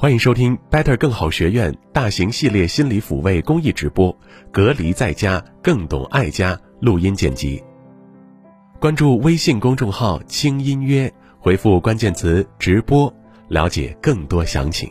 欢迎收听 Better 更好学院大型系列心理抚慰公益直播，隔离在家更懂爱家录音剪辑。关注微信公众号轻音约，回复关键词直播，了解更多详情。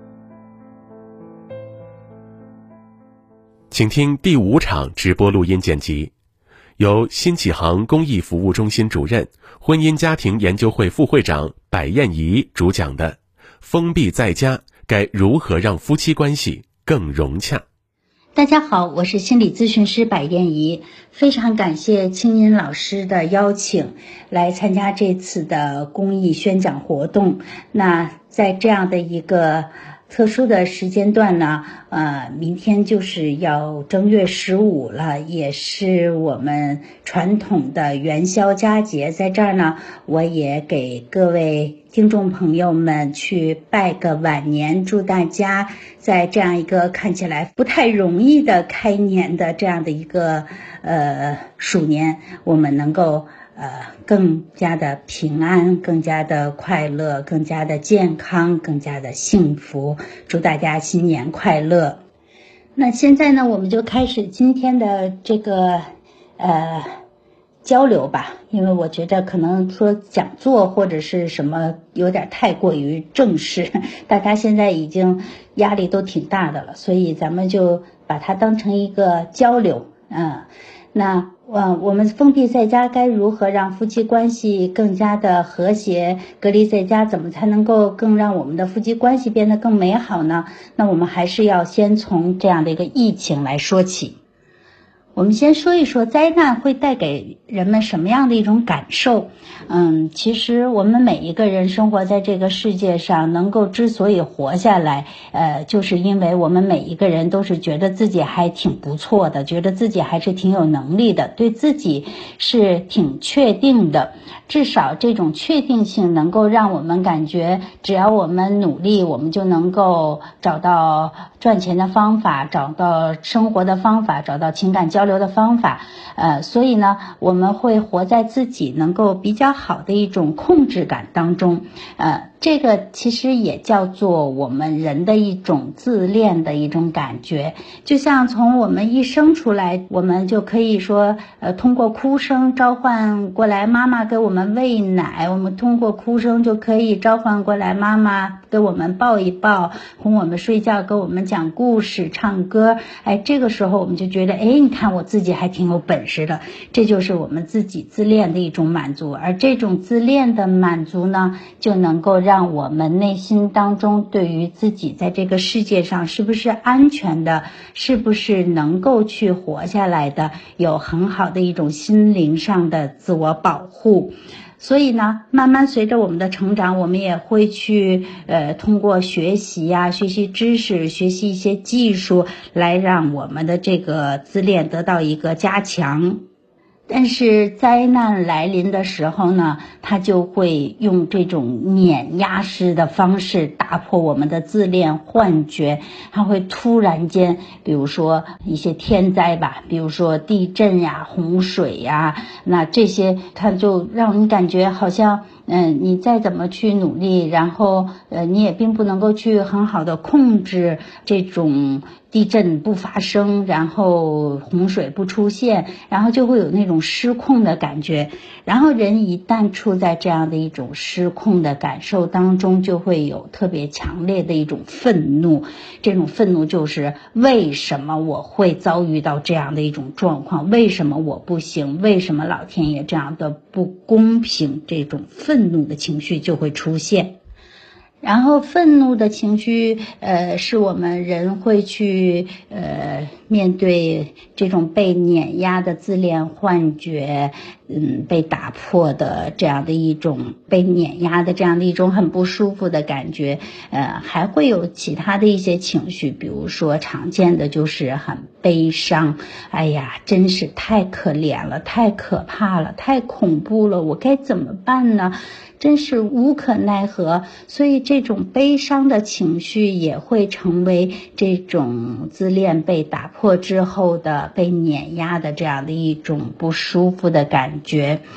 请听第5场直播录音剪辑，由新启航公益服务中心主任、婚姻家庭研究会副会长柏燕怡主讲的封闭在家该如何让夫妻关系更融洽。 大家好，我是心理咨询师柏燕怡，非常感谢青音老师的邀请来参加这次的公益宣讲活动。那在这样的一个特殊的时间段呢，明天就是要正月15了，也是我们传统的元宵佳节。在这儿呢，我也给各位听众朋友们去拜个晚年，祝大家在这样一个看起来不太容易的开年的这样的一个鼠年，我们能够更加的平安，更加的快乐，更加的健康，更加的幸福，祝大家新年快乐。那现在呢，我们就开始今天的这个交流吧，因为我觉得可能说讲座或者是什么有点太过于正式，大家现在已经压力都挺大的了，所以咱们就把它当成一个交流。那我们封闭在家该如何让夫妻关系更加的和谐？隔离在家怎么才能够更让我们的夫妻关系变得更美好呢？那我们还是要先从这样的一个疫情来说起。我们先说一说灾难会带给人们什么样的一种感受。其实我们每一个人生活在这个世界上，能够之所以活下来，就是因为我们每一个人都是觉得自己还挺不错的，觉得自己还是挺有能力的，对自己是挺确定的。至少这种确定性能够让我们感觉，只要我们努力，我们就能够找到赚钱的方法，找到生活的方法，找到情感交流的方法。所以呢，我们会活在自己能够比较好的一种控制感当中。这个其实也叫做我们人的一种自恋的一种感觉。就像从我们一生出来，我们就可以说通过哭声召唤过来妈妈给我们喂奶，我们通过哭声就可以召唤过来妈妈给我们抱一抱，哄我们睡觉，给我们讲故事，唱歌。这个时候我们就觉得你看我自己还挺有本事的，这就是我们自己自恋的一种满足。而这种自恋的满足呢，就能够让我们内心当中对于自己在这个世界上是不是安全的，是不是能够去活下来的，有很好的一种心灵上的自我保护。所以呢，慢慢随着我们的成长，我们也会去通过学习学习知识，学习一些技术，来让我们的这个自恋得到一个加强。但是灾难来临的时候呢，它就会用这种碾压式的方式打破我们的自恋幻觉。它会突然间，比如说一些天灾吧，比如说地震洪水那这些它就让你感觉好像你再怎么去努力，然后你也并不能够去很好的控制这种地震不发生，然后洪水不出现，然后就会有那种失控的感觉。然后人一旦处在这样的一种失控的感受当中，就会有特别强烈的一种愤怒。这种愤怒就是为什么我会遭遇到这样的一种状况，为什么我不行，为什么老天爷这样的不公平，这种愤怒的情绪就会出现。然后愤怒的情绪是我们人会去面对这种被碾压的自恋幻觉，被打破的这样的一种被碾压的这样的一种很不舒服的感觉。还会有其他的一些情绪，比如说常见的就是很悲伤，真是太可怜了，太可怕了，太恐怖了，我该怎么办呢？真是无可奈何。所以这种悲伤的情绪也会成为这种自恋被打破之后的被碾压的这样的一种不舒服的感觉。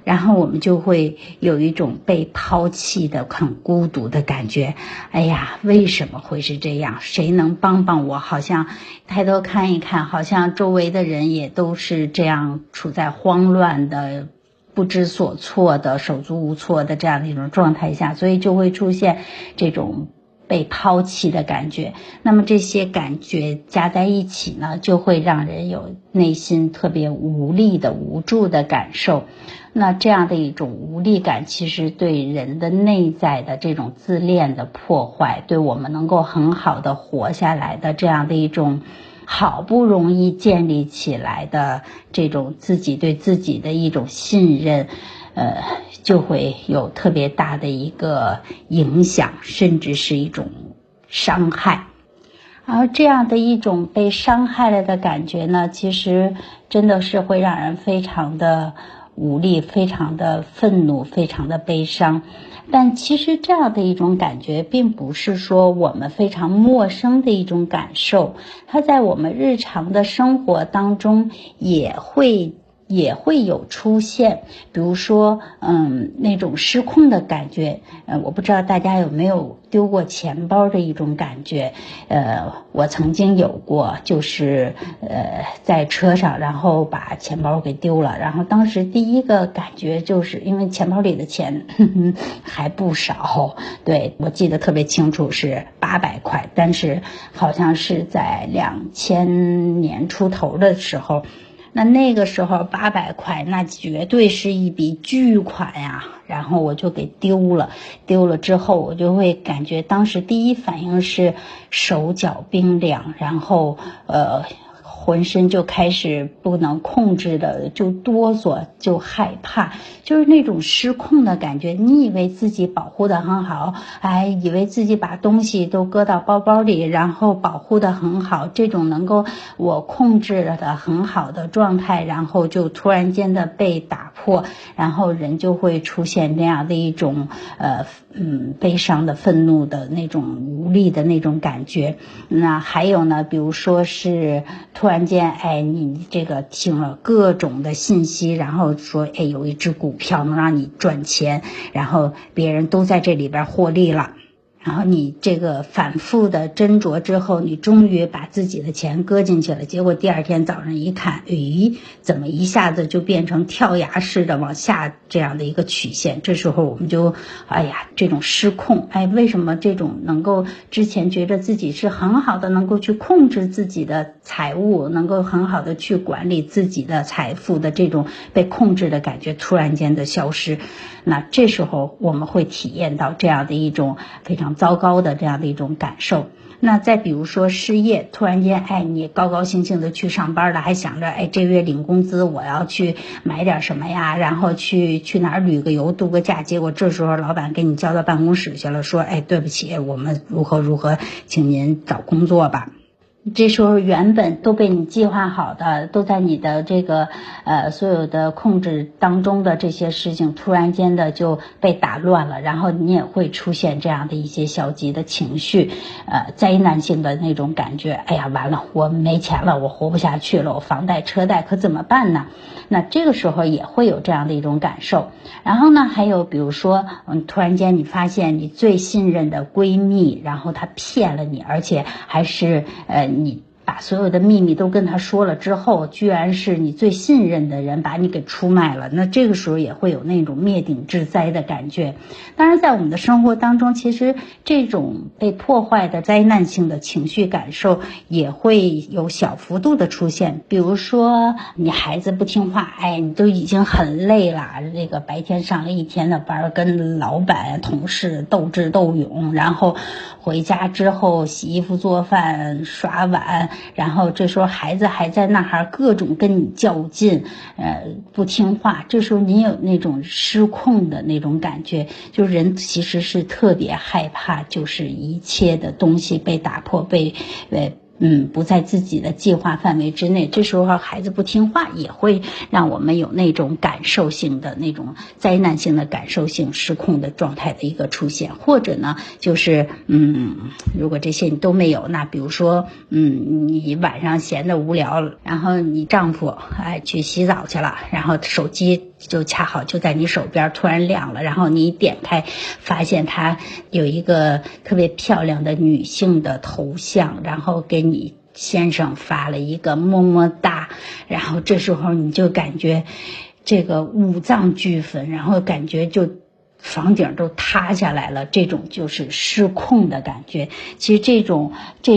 然后我们就会有一种被抛弃的很孤独的感觉。哎呀，为什么会是这样？谁能帮帮我？好像抬头看一看，好像周围的人也都是这样处在慌乱的不知所措的手足无措的这样的一种状态下，所以就会出现这种被抛弃的感觉。那么这些感觉加在一起呢，就会让人有内心特别无力的无助的感受。那这样的一种无力感，其实对人的内在的这种自恋的破坏，对我们能够很好的活下来的这样的一种好不容易建立起来的这种自己对自己的一种信任，就会有特别大的一个影响，甚至是一种伤害。而这样的一种被伤害了的感觉呢，其实真的是会让人非常的无力，非常的愤怒，非常的悲伤。但其实这样的一种感觉并不是说我们非常陌生的一种感受，它在我们日常的生活当中也会有出现。比如说那种失控的感觉，我不知道大家有没有丢过钱包的一种感觉。我曾经有过，就是在车上，然后把钱包给丢了，然后当时第一个感觉就是因为钱包里的钱还不少，对，我记得特别清楚是800块，但是好像是在2000年出头的时候。那个时候800块那绝对是一笔巨款呀，然后我就给丢了之后，我就会感觉当时第一反应是手脚冰凉，然后浑身就开始不能控制的就哆嗦，就害怕，就是那种失控的感觉。你以为自己保护得很好，以为自己把东西都搁到包包里，然后保护得很好，这种能够我控制的很好的状态，然后就突然间的被打破，然后人就会出现这样的一种悲伤的、愤怒的那种无力的那种感觉。那还有呢，比如说是突然间你这个听了各种的信息，然后说有一只股票能让你赚钱，然后别人都在这里边获利了，然后你这个反复的斟酌之后，你终于把自己的钱搁进去了，结果第二天早上一看，怎么一下子就变成跳崖式的往下这样的一个曲线。这时候我们就这种失控，为什么这种能够之前觉得自己是很好的，能够去控制自己的财务，能够很好的去管理自己的财富的这种被控制的感觉突然间的消失。那这时候我们会体验到这样的一种非常糟糕的这样的一种感受。那再比如说失业，突然间你高高兴兴的去上班了，还想着这月领工资我要去买点什么呀，然后去哪儿旅个游度个假，结果这时候老板给你叫到办公室去了，说对不起，我们如何请您找工作吧。这时候原本都被你计划好的，都在你的这个所有的控制当中的这些事情突然间的就被打乱了，然后你也会出现这样的一些消极的情绪，灾难性的那种感觉。完了，我没钱了，我活不下去了，我房贷车贷可怎么办呢？那这个时候也会有这样的一种感受。然后呢，还有比如说突然间你发现你最信任的闺蜜，然后她骗了你，而且还是你把所有的秘密都跟他说了之后，居然是你最信任的人把你给出卖了，那这个时候也会有那种灭顶之灾的感觉。当然在我们的生活当中，其实这种被破坏的灾难性的情绪感受也会有小幅度的出现。比如说你孩子不听话，你都已经很累了，这个白天上了一天的班，跟老板同事斗智斗勇，然后回家之后洗衣服做饭刷碗，然后这时候孩子还在那儿各种跟你较劲，不听话，这时候你有那种失控的那种感觉，就是人其实是特别害怕，就是一切的东西被打破，不在自己的计划范围之内。这时候孩子不听话也会让我们有那种感受性的那种灾难性的感受性失控的状态的一个出现。或者呢就是如果这些你都没有，那比如说你晚上闲得无聊，然后你丈夫去洗澡去了，然后手机就恰好就在你手边突然亮了，然后你一点开发现它有一个特别漂亮的女性的头像，然后给你先生发了一个么么哒，然后这时候你就感觉这个五脏俱焚，然后感觉就房顶都塌下来了，这种就是失控的感觉。其实这种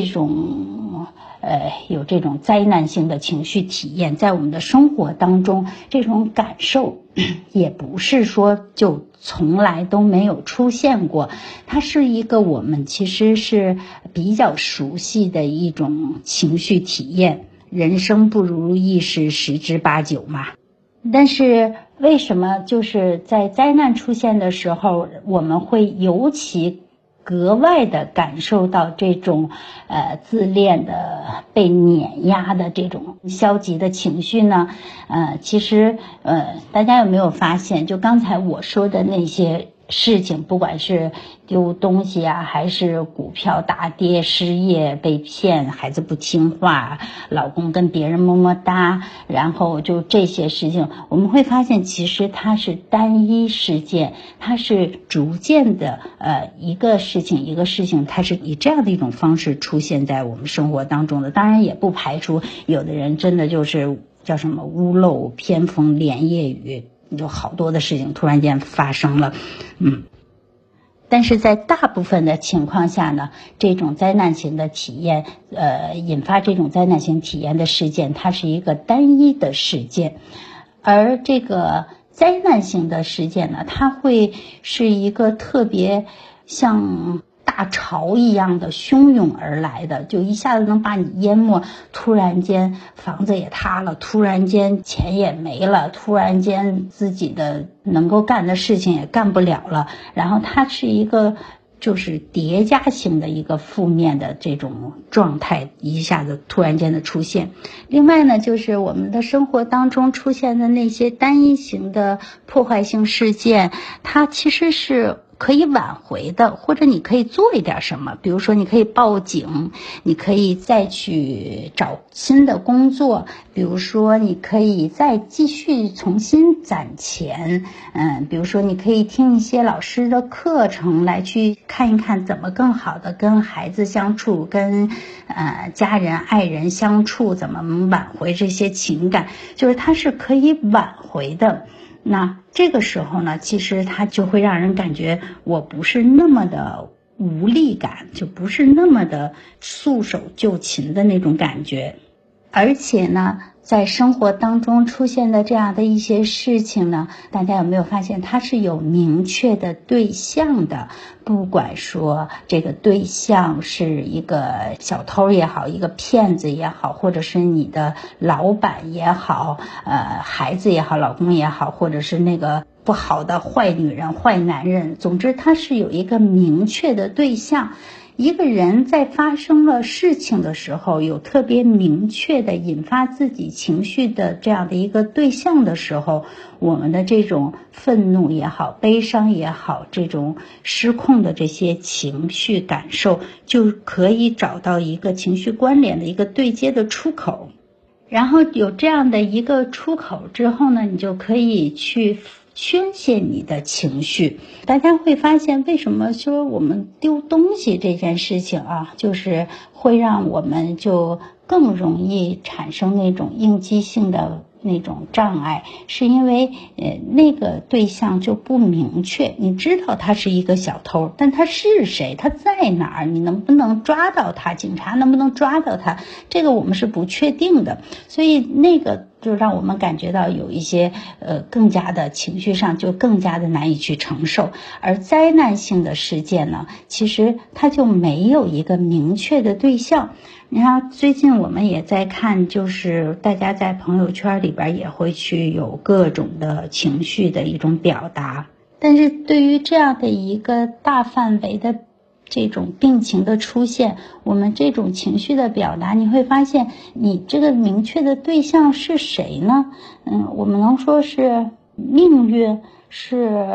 有这种灾难性的情绪体验，在我们的生活当中，这种感受也不是说就从来都没有出现过，它是一个我们其实是比较熟悉的一种情绪体验。人生不如意事十之八九嘛。但是为什么就是在灾难出现的时候，我们会尤其格外的感受到这种自恋的被碾压的这种消极的情绪呢？其实大家有没有发现，就刚才我说的那些事情，不管是丢东西啊，还是股票大跌、失业、被骗、孩子不听话、老公跟别人么么哒，然后就这些事情，我们会发现其实它是单一事件，它是逐渐的一个事情它是以这样的一种方式出现在我们生活当中的。当然也不排除有的人真的就是叫什么屋漏偏逢连夜雨，有好多的事情突然间发生了，但是在大部分的情况下呢，这种灾难型的体验，引发这种灾难型体验的事件，它是一个单一的事件，而这个灾难型的事件呢，它会是一个特别像大潮一样的汹涌而来的，就一下子能把你淹没，突然间房子也塌了，突然间钱也没了，突然间自己的能够干的事情也干不了了，然后它是一个就是叠加性的一个负面的这种状态一下子突然间的出现。另外呢，就是我们的生活当中出现的那些单一型的破坏性事件，它其实是可以挽回的，或者你可以做一点什么，比如说你可以报警，你可以再去找新的工作，比如说你可以再继续重新攒钱，比如说你可以听一些老师的课程来去看一看怎么更好的跟孩子相处，跟家人爱人相处，怎么挽回这些情感，就是它是可以挽回的。那这个时候呢，其实它就会让人感觉我不是那么的无力感，就不是那么的束手就擒的那种感觉。而且呢，在生活当中出现的这样的一些事情呢，大家有没有发现它是有明确的对象的？不管说这个对象是一个小偷也好，一个骗子也好，或者是你的老板也好，孩子也好，老公也好，或者是那个不好的坏女人、坏男人，总之它是有一个明确的对象。一个人在发生了事情的时候，有特别明确的引发自己情绪的这样的一个对象的时候，我们的这种愤怒也好，悲伤也好，这种失控的这些情绪感受，就可以找到一个情绪关联的一个对接的出口。然后有这样的一个出口之后呢，你就可以去宣泄你的情绪。大家会发现为什么说我们丢东西这件事情啊，就是会让我们就更容易产生那种应激性的那种障碍，是因为那个对象就不明确，你知道他是一个小偷，但他是谁，他在哪儿，你能不能抓到他，警察能不能抓到他，这个我们是不确定的，所以那个就让我们感觉到有一些更加的情绪上就更加的难以去承受。而灾难性的事件呢，其实它就没有一个明确的对象。你看最近我们也在看，就是大家在朋友圈里边也会去有各种的情绪的一种表达，但是对于这样的一个大范围的这种病情的出现，我们这种情绪的表达，你会发现你这个明确的对象是谁呢？我们能说是命运，是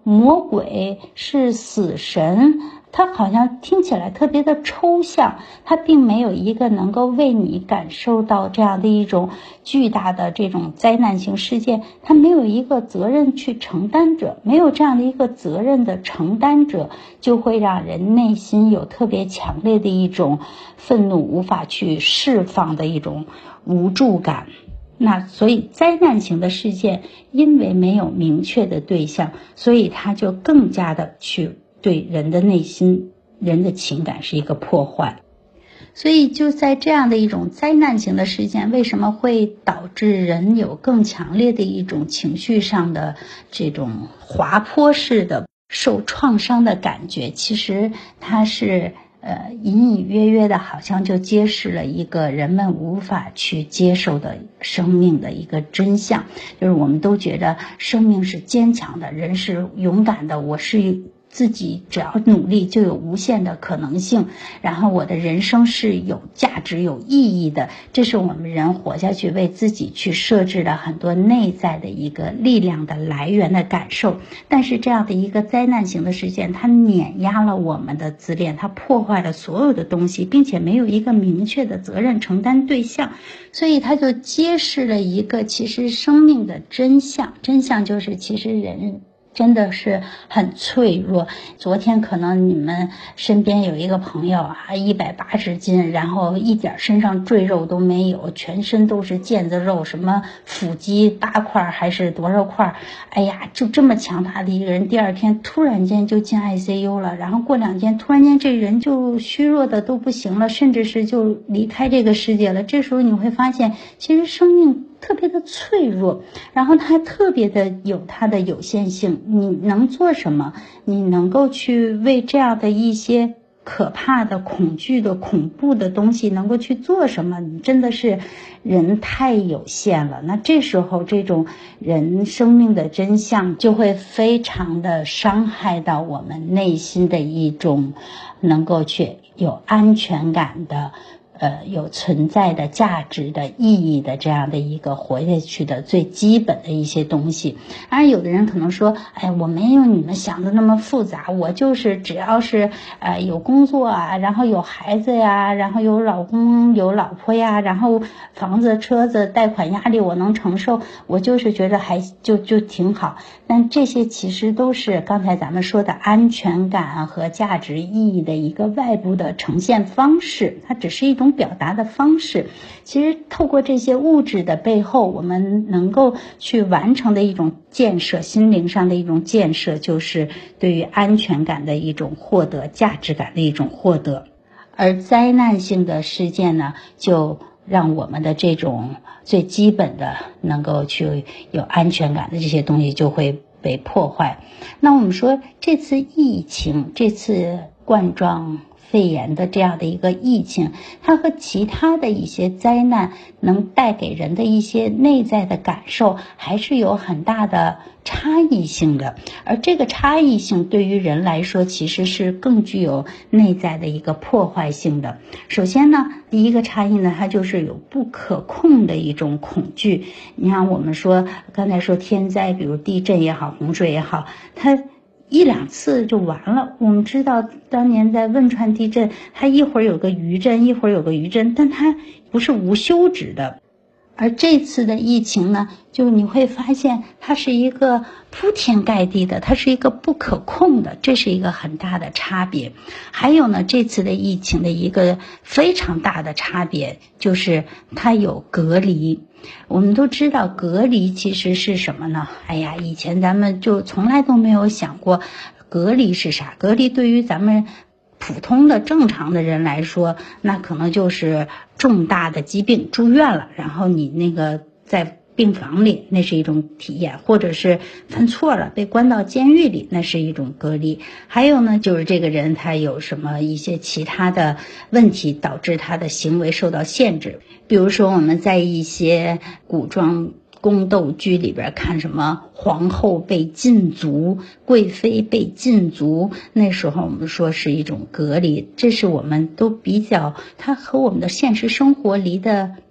魔鬼是死神，它好像听起来特别的抽象，它并没有一个能够为你感受到这样的一种巨大的这种灾难性事件，它没有一个责任去承担者，没有这样的一个责任的承担者，就会让人内心有特别强烈的一种愤怒无法去释放的一种无助感。那所以灾难型的事件因为没有明确的对象，所以它就更加的去对人的内心、人的情感是一个破坏。所以就在这样的一种灾难型的事件，为什么会导致人有更强烈的一种情绪上的这种滑坡式的受创伤的感觉，其实它是隐隐约约的好像就揭示了一个人们无法去接受的生命的一个真相，就是我们都觉得生命是坚强的，人是勇敢的，我是自己只要努力就有无限的可能性，然后我的人生是有价值有意义的，这是我们人活下去为自己去设置了很多内在的一个力量的来源的感受。但是这样的一个灾难型的事件，它碾压了我们的自恋，它破坏了所有的东西，并且没有一个明确的责任承担对象，所以它就揭示了一个其实生命的真相。真相就是其实人真的是很脆弱。昨天可能你们身边有一个朋友啊，180斤，然后一点身上赘肉都没有，全身都是腱子肉，什么腹肌8块还是多少块，哎呀，就这么强大的一个人，第二天突然间就进 ICU 了，然后过2天突然间这人就虚弱的都不行了，甚至是就离开这个世界了。这时候你会发现其实生命特别的脆弱，然后它特别的有它的有限性，你能做什么？你能够去为这样的一些可怕的、恐惧的、恐怖的东西能够去做什么？你真的是人太有限了。那这时候这种人生命的真相就会非常的伤害到我们内心的一种能够去有安全感的有存在的价值的意义的这样的一个活下去的最基本的一些东西。而有的人可能说，哎，我没有你们想的那么复杂，我就是只要是有工作啊，然后有孩子呀，然后有老公有老婆呀，然后房子车子贷款压力我能承受，我就是觉得还就挺好。但这些其实都是刚才咱们说的安全感和价值意义的一个外部的呈现方式，它只是一种表达的方式。其实透过这些物质的背后，我们能够去完成的一种建设，心灵上的一种建设，就是对于安全感的一种获得，价值感的一种获得。而灾难性的事件呢，就让我们的这种最基本的能够去有安全感的这些东西就会被破坏。那我们说这次疫情，这次冠状肺炎的这样的一个疫情，它和其他的一些灾难能带给人的一些内在的感受还是有很大的差异性的。而这个差异性对于人来说其实是更具有内在的一个破坏性的。首先呢，第一个差异呢，它就是有不可控的一种恐惧。你看我们说刚才说天灾，比如地震也好，洪水也好，它1、2次就完了。我们知道当年在汶川地震，它一会儿有个余震，一会儿有个余震，但它不是无休止的。而这次的疫情呢，就你会发现它是一个铺天盖地的，它是一个不可控的，这是一个很大的差别。还有呢，这次的疫情的一个非常大的差别就是它有隔离。我们都知道隔离其实是什么呢？哎呀，以前咱们就从来都没有想过隔离是啥。隔离对于咱们普通的正常的人来说，那可能就是重大的疾病住院了，然后你那个在病房里，那是一种体验，或者是犯错了被关到监狱里，那是一种隔离。还有呢，就是这个人他有什么一些其他的问题导致他的行为受到限制。比如说我们在一些古装宫斗剧里边看什么皇后被禁足，贵妃被禁足，那时候我们说是一种隔离，这是我们都比较，它和我们的现实生活离得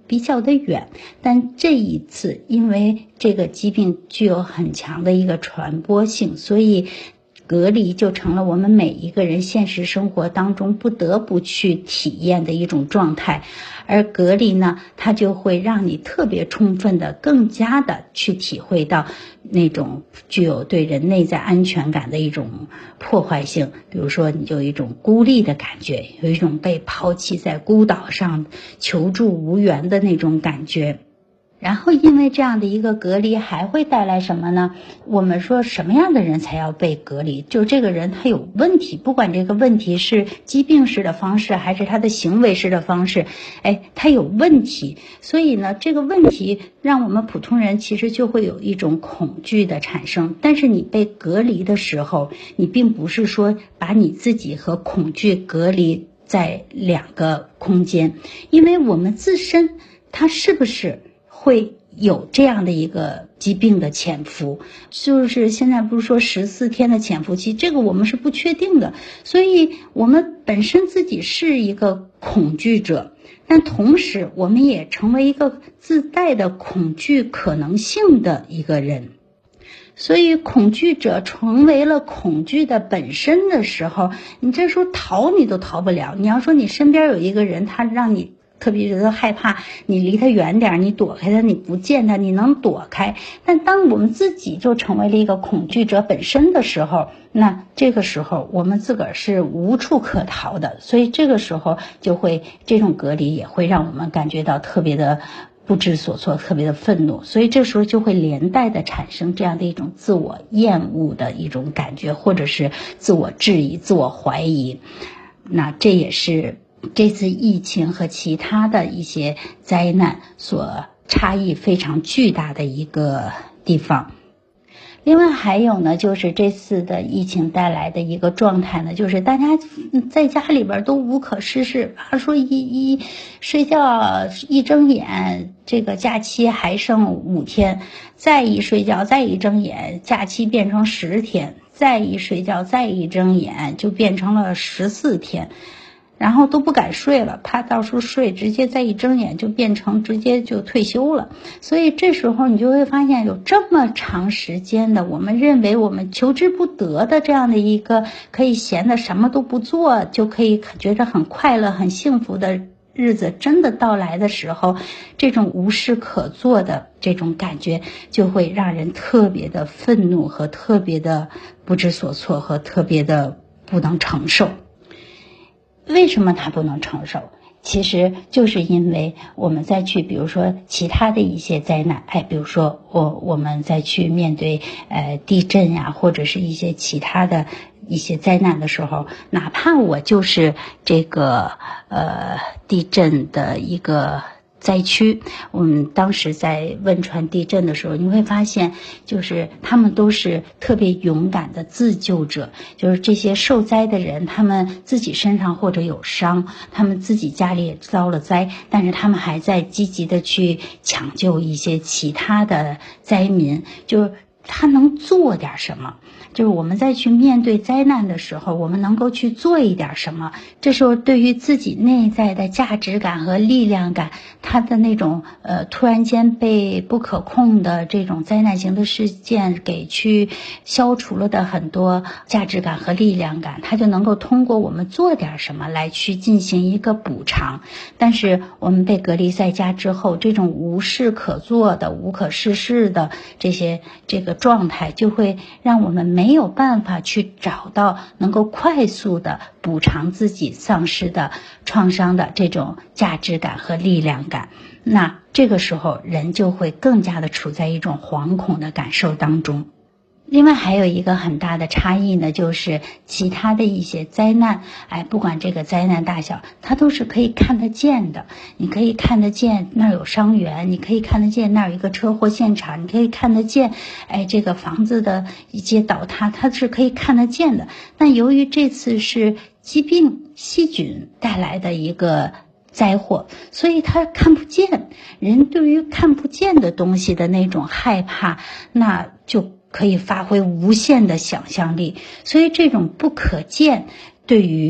比较的远。但这一次因为这个疾病具有很强的一个传播性，所以隔离就成了我们每一个人现实生活当中不得不去体验的一种状态。而隔离呢，它就会让你特别充分的更加的去体会到那种具有对人内在安全感的一种破坏性。比如说你就有一种孤立的感觉，有一种被抛弃在孤岛上求助无援的那种感觉。然后因为这样的一个隔离还会带来什么呢？我们说什么样的人才要被隔离？就这个人他有问题，不管这个问题是疾病式的方式还是他的行为式的方式，他有问题。所以呢，这个问题让我们普通人其实就会有一种恐惧的产生。但是你被隔离的时候，你并不是说把你自己和恐惧隔离在两个空间，因为我们自身它是不是会有这样的一个疾病的潜伏，就是现在不是说14天的潜伏期，这个我们是不确定的。所以我们本身自己是一个恐惧者，但同时我们也成为一个自带的恐惧可能性的一个人。所以恐惧者成为了恐惧的本身的时候，你这时候逃你都逃不了。你要说你身边有一个人，他让你特别觉得害怕，你离他远点，你躲开他，你不见他，你能躲开。但当我们自己就成为了一个恐惧者本身的时候，那这个时候我们自个儿是无处可逃的。所以这个时候就会这种隔离也会让我们感觉到特别的不知所措，特别的愤怒。所以这时候就会连带的产生这样的一种自我厌恶的一种感觉，或者是自我质疑、自我怀疑。那这也是这次疫情和其他的一些灾难所差异非常巨大的一个地方。另外还有呢，就是这次的疫情带来的一个状态呢，就是大家在家里边都无可事事，说一睡觉一睁眼，这个假期还剩5天，再一睡觉再一睁眼，假期变成10天，再一睡觉再一睁眼就变成了14天。然后都不敢睡了，怕到时候睡直接再一睁眼就变成直接就退休了。所以这时候你就会发现有这么长时间的我们认为我们求之不得的这样的一个可以闲的什么都不做就可以觉得很快乐很幸福的日子真的到来的时候，这种无事可做的这种感觉就会让人特别的愤怒和特别的不知所措和特别的不能承受。为什么他不能承受？其实就是因为我们再去比如说其他的一些灾难，比如说我们再去面对地震呀，或者是一些其他的一些灾难的时候，哪怕我就是这个地震的一个灾区，我们当时在汶川地震的时候，你会发现就是他们都是特别勇敢的自救者，就是这些受灾的人，他们自己身上或者有伤，他们自己家里也遭了灾，但是他们还在积极的去抢救一些其他的灾民，就是他能做点什么，就是我们在去面对灾难的时候，我们能够去做一点什么。这时候对于自己内在的价值感和力量感，它的那种突然间被不可控的这种灾难型的事件给去消除了的很多价值感和力量感，它就能够通过我们做点什么来去进行一个补偿。但是我们被隔离在家之后，这种无事可做的无可事事的这个状态，就会让我们没有办法去找到能够快速的补偿自己丧失的创伤的这种价值感和力量感。那这个时候人就会更加的处在一种惶恐的感受当中。另外还有一个很大的差异呢，就是其他的一些灾难，不管这个灾难大小，它都是可以看得见的。你可以看得见那儿有伤员，你可以看得见那儿有一个车祸现场，你可以看得见这个房子的一些倒塌，它是可以看得见的。但由于这次是疾病细菌带来的一个灾祸，所以他看不见。人对于看不见的东西的那种害怕，那就可以发挥无限的想象力。所以这种不可见对于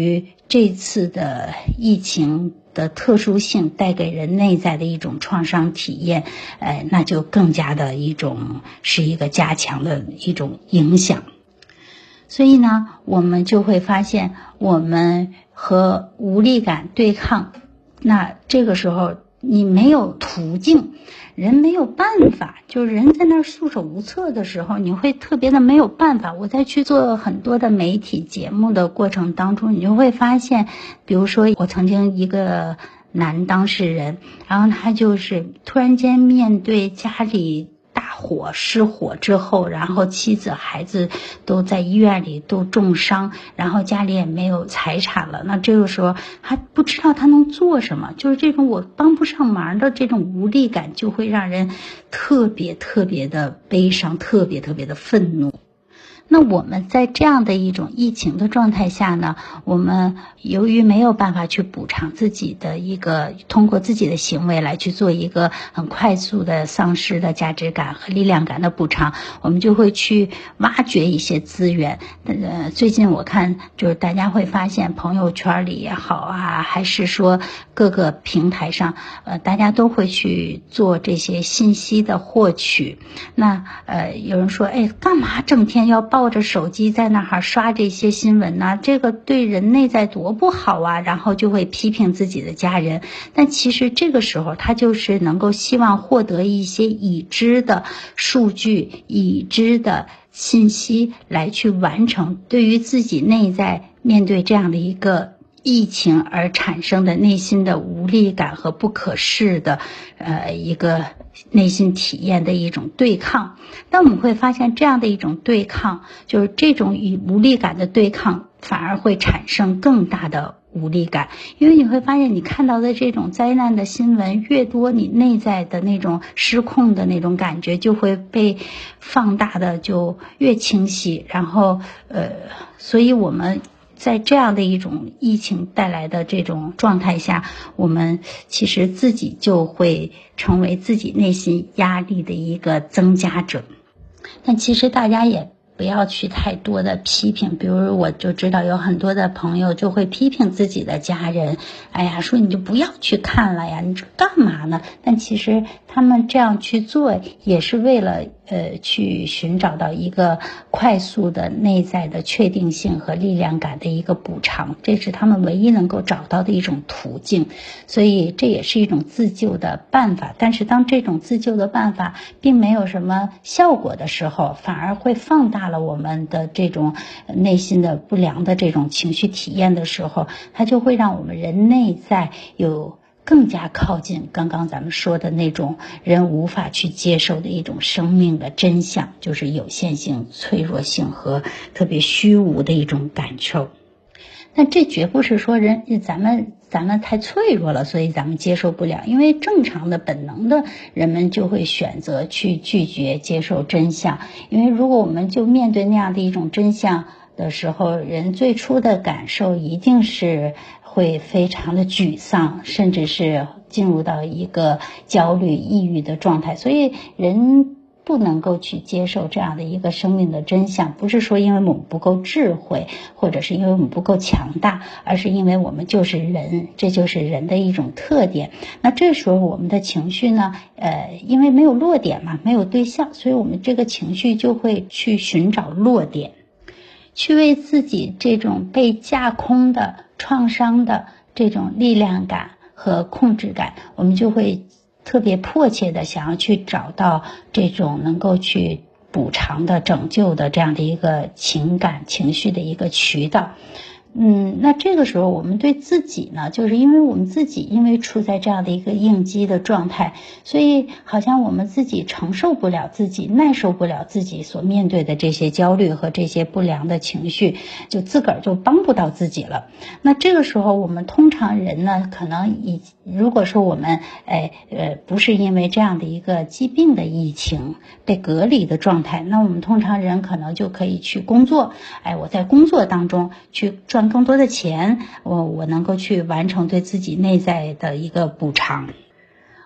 这次的疫情的特殊性带给人内在的一种创伤体验，那就更加的是一个加强的一种影响。所以呢，我们就会发现我们和无力感对抗，那这个时候你没有途径，人没有办法，就是人在那儿束手无策的时候，你会特别的没有办法。我在去做很多的媒体节目的过程当中，你就会发现，比如说我曾经一个男当事人，然后他就是突然间面对家里大火失火之后，然后妻子孩子都在医院里都重伤，然后家里也没有财产了，那这个时候他不知道他能做什么，就是这种我帮不上忙的这种无力感，就会让人特别的悲伤，特别的愤怒。那我们在这样的一种疫情的状态下呢，我们由于没有办法去补偿自己的通过自己的行为来去做一个很快速的丧失的价值感和力量感的补偿，我们就会去挖掘一些资源。最近我看就是大家会发现朋友圈里也好啊，还是说各个平台上，大家都会去做这些信息的获取。那有人说，干嘛整天要抱着手机在那儿刷这些新闻呢？这个对人内在多不好啊，然后就会批评自己的家人。但其实这个时候他就是能够希望获得一些已知的数据、已知的信息来去完成对于自己内在面对这样的一个疫情而产生的内心的无力感和不可视的一个内心体验的一种对抗。但我们会发现这样的一种对抗，就是这种与无力感的对抗反而会产生更大的无力感。因为你会发现你看到的这种灾难的新闻越多，你内在的那种失控的那种感觉就会被放大的就越清晰。然后所以我们在这样的一种疫情带来的这种状态下，我们其实自己就会成为自己内心压力的一个增加者。但其实大家也不要去太多的批评，比如我就知道有很多的朋友就会批评自己的家人，说你就不要去看了呀，你这干嘛呢？但其实他们这样去做也是为了去寻找到一个快速的内在的确定性和力量感的一个补偿，这是他们唯一能够找到的一种途径。所以这也是一种自救的办法。但是当这种自救的办法并没有什么效果的时候，反而会放大了我们的这种内心的不良的这种情绪体验的时候，它就会让我们人内在有更加靠近刚刚咱们说的那种人无法去接受的一种生命的真相，就是有限性、脆弱性和特别虚无的一种感受。但这绝不是说咱们太脆弱了，所以咱们接受不了。因为正常的本能的人们就会选择去拒绝接受真相。因为如果我们就面对那样的一种真相的时候，人最初的感受一定是会非常的沮丧，甚至是进入到一个焦虑、抑郁的状态。所以人不能够去接受这样的一个生命的真相，不是说因为我们不够智慧，或者是因为我们不够强大，而是因为我们就是人，这就是人的一种特点。那这时候我们的情绪呢，因为没有落点嘛，没有对象，所以我们这个情绪就会去寻找落点，去为自己这种被架空的创伤的这种力量感和控制感，我们就会特别迫切的想要去找到这种能够去补偿的、拯救的这样的一个情感情绪的一个渠道。那这个时候我们对自己呢，就是因为我们自己因为处在这样的一个应激的状态，所以好像我们自己承受不了自己，耐受不了自己所面对的这些焦虑和这些不良的情绪，就自个儿就帮不到自己了。那这个时候我们通常人呢，可能如果说我们不是因为这样的一个疾病的疫情被隔离的状态，那我们通常人可能就可以去工作，我在工作当中去赚更多的钱，我能够去完成对自己内在的一个补偿。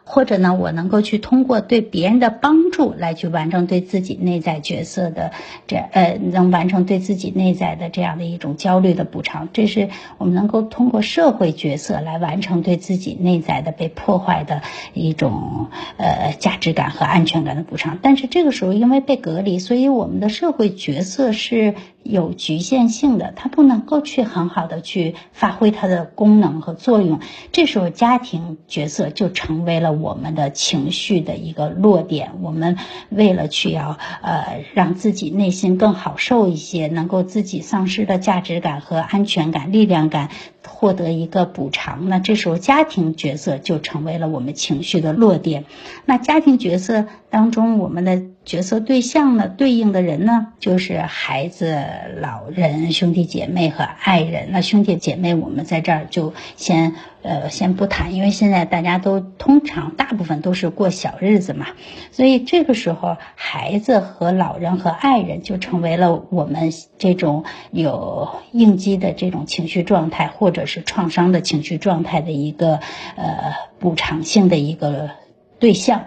或者呢，我能够去通过对别人的帮助来去完成对自己内在角色的能完成对自己内在的这样的一种焦虑的补偿。这是我们能够通过社会角色来完成对自己内在的被破坏的一种价值感和安全感的补偿。但是这个时候因为被隔离，所以我们的社会角色是有局限性的，它不能够去很好的去发挥它的功能和作用。这时候家庭角色就成为了我们的情绪的一个落点。我们为了去要让自己内心更好受一些，能够自己丧失的价值感和安全感、力量感获得一个补偿，那这时候家庭角色就成为了我们情绪的落点。那家庭角色当中，我们的角色对象呢，对应的人呢，就是孩子、老人、兄弟姐妹和爱人。那兄弟姐妹我们在这儿就先不谈，因为现在大家都通常大部分都是过小日子嘛，所以这个时候孩子和老人和爱人就成为了我们这种有应激的这种情绪状态或者是创伤的情绪状态的一个补偿性的一个对象。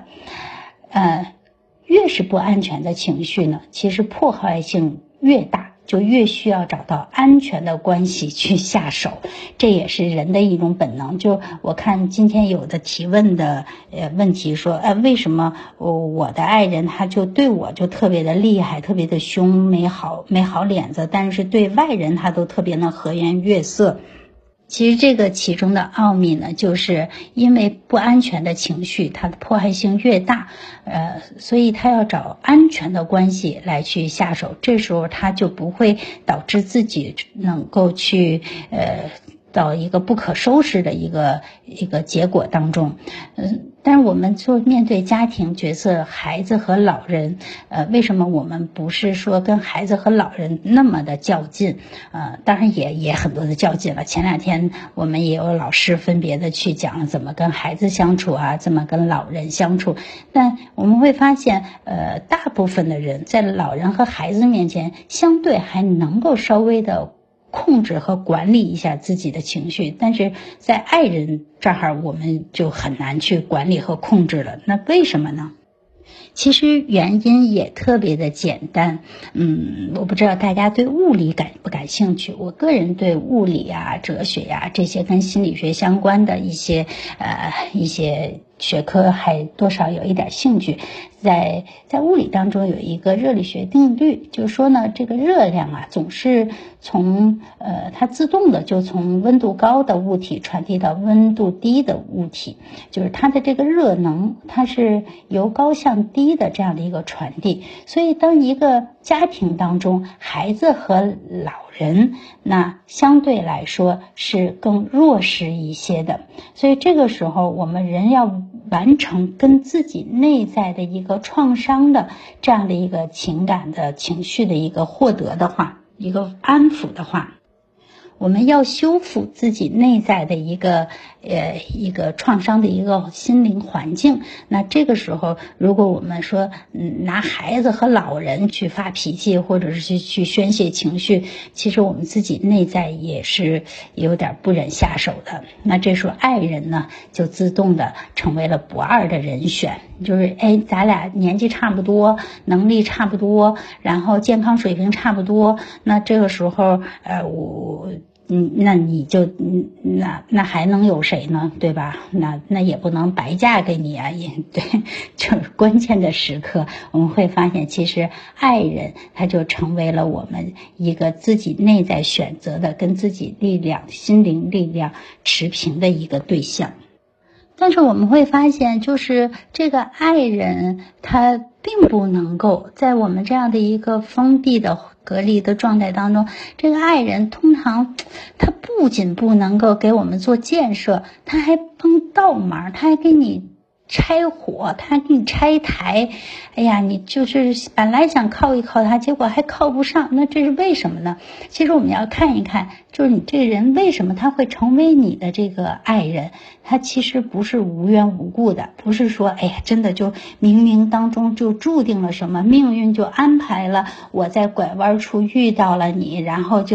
越是不安全的情绪呢，其实破坏性越大，就越需要找到安全的关系去下手，这也是人的一种本能。就我看今天有的提问的问题说，为什么我的爱人他就对我就特别的厉害，特别的凶，没好脸子，但是对外人他都特别的和颜悦色。其实这个其中的奥秘呢，就是因为不安全的情绪它的迫害性越大，所以他要找安全的关系来去下手，这时候他就不会导致自己能够去到一个不可收拾的一个结果当中。但是我们就面对家庭角色孩子和老人，为什么我们不是说跟孩子和老人那么的较劲？当然也很多的较劲了。前2天我们也有老师分别的去讲怎么跟孩子相处啊，怎么跟老人相处。但我们会发现大部分的人在老人和孩子面前相对还能够稍微的控制和管理一下自己的情绪，但是在爱人这儿我们就很难去管理和控制了。那为什么呢？其实原因也特别的简单。我不知道大家对物理感不感兴趣，我个人对物理啊、哲学呀这些跟心理学相关的一些学科还多少有一点兴趣。在物理当中有一个热力学定律，就是说呢，这个热量啊总是从它自动的就从温度高的物体传递到温度低的物体，就是它的这个热能它是由高向低的这样的一个传递。所以当一个家庭当中孩子和老人那相对来说是更弱势一些的，所以这个时候我们人要完成跟自己内在的一个创伤的这样的一个情感的情绪的一个获得的话，一个安抚的话，我们要修复自己内在的一个创伤的一个心灵环境。那这个时候如果我们说拿孩子和老人去发脾气或者是去宣泄情绪，其实我们自己内在也是有点不忍下手的。那这时候爱人呢就自动的成为了不二的人选，就是咱俩年纪差不多，能力差不多，然后健康水平差不多，那这个时候那你就那还能有谁呢，对吧？那也不能白嫁给你啊，也对。就是关键的时刻我们会发现，其实爱人他就成为了我们一个自己内在选择的跟自己力量心灵力量持平的一个对象。但是我们会发现，就是这个爱人他并不能够在我们这样的一个封闭的隔离的状态当中，这个爱人通常他不仅不能够给我们做建设，他还帮倒忙，他还给你拆火，他给你拆台。哎呀，你就是本来想靠一靠他，结果还靠不上，那这是为什么呢？其实我们要看一看，就是你这个人为什么他会成为你的这个爱人，他其实不是无缘无故的，不是说真的就冥冥当中就注定了什么，命运就安排了我在拐弯处遇到了你，然后就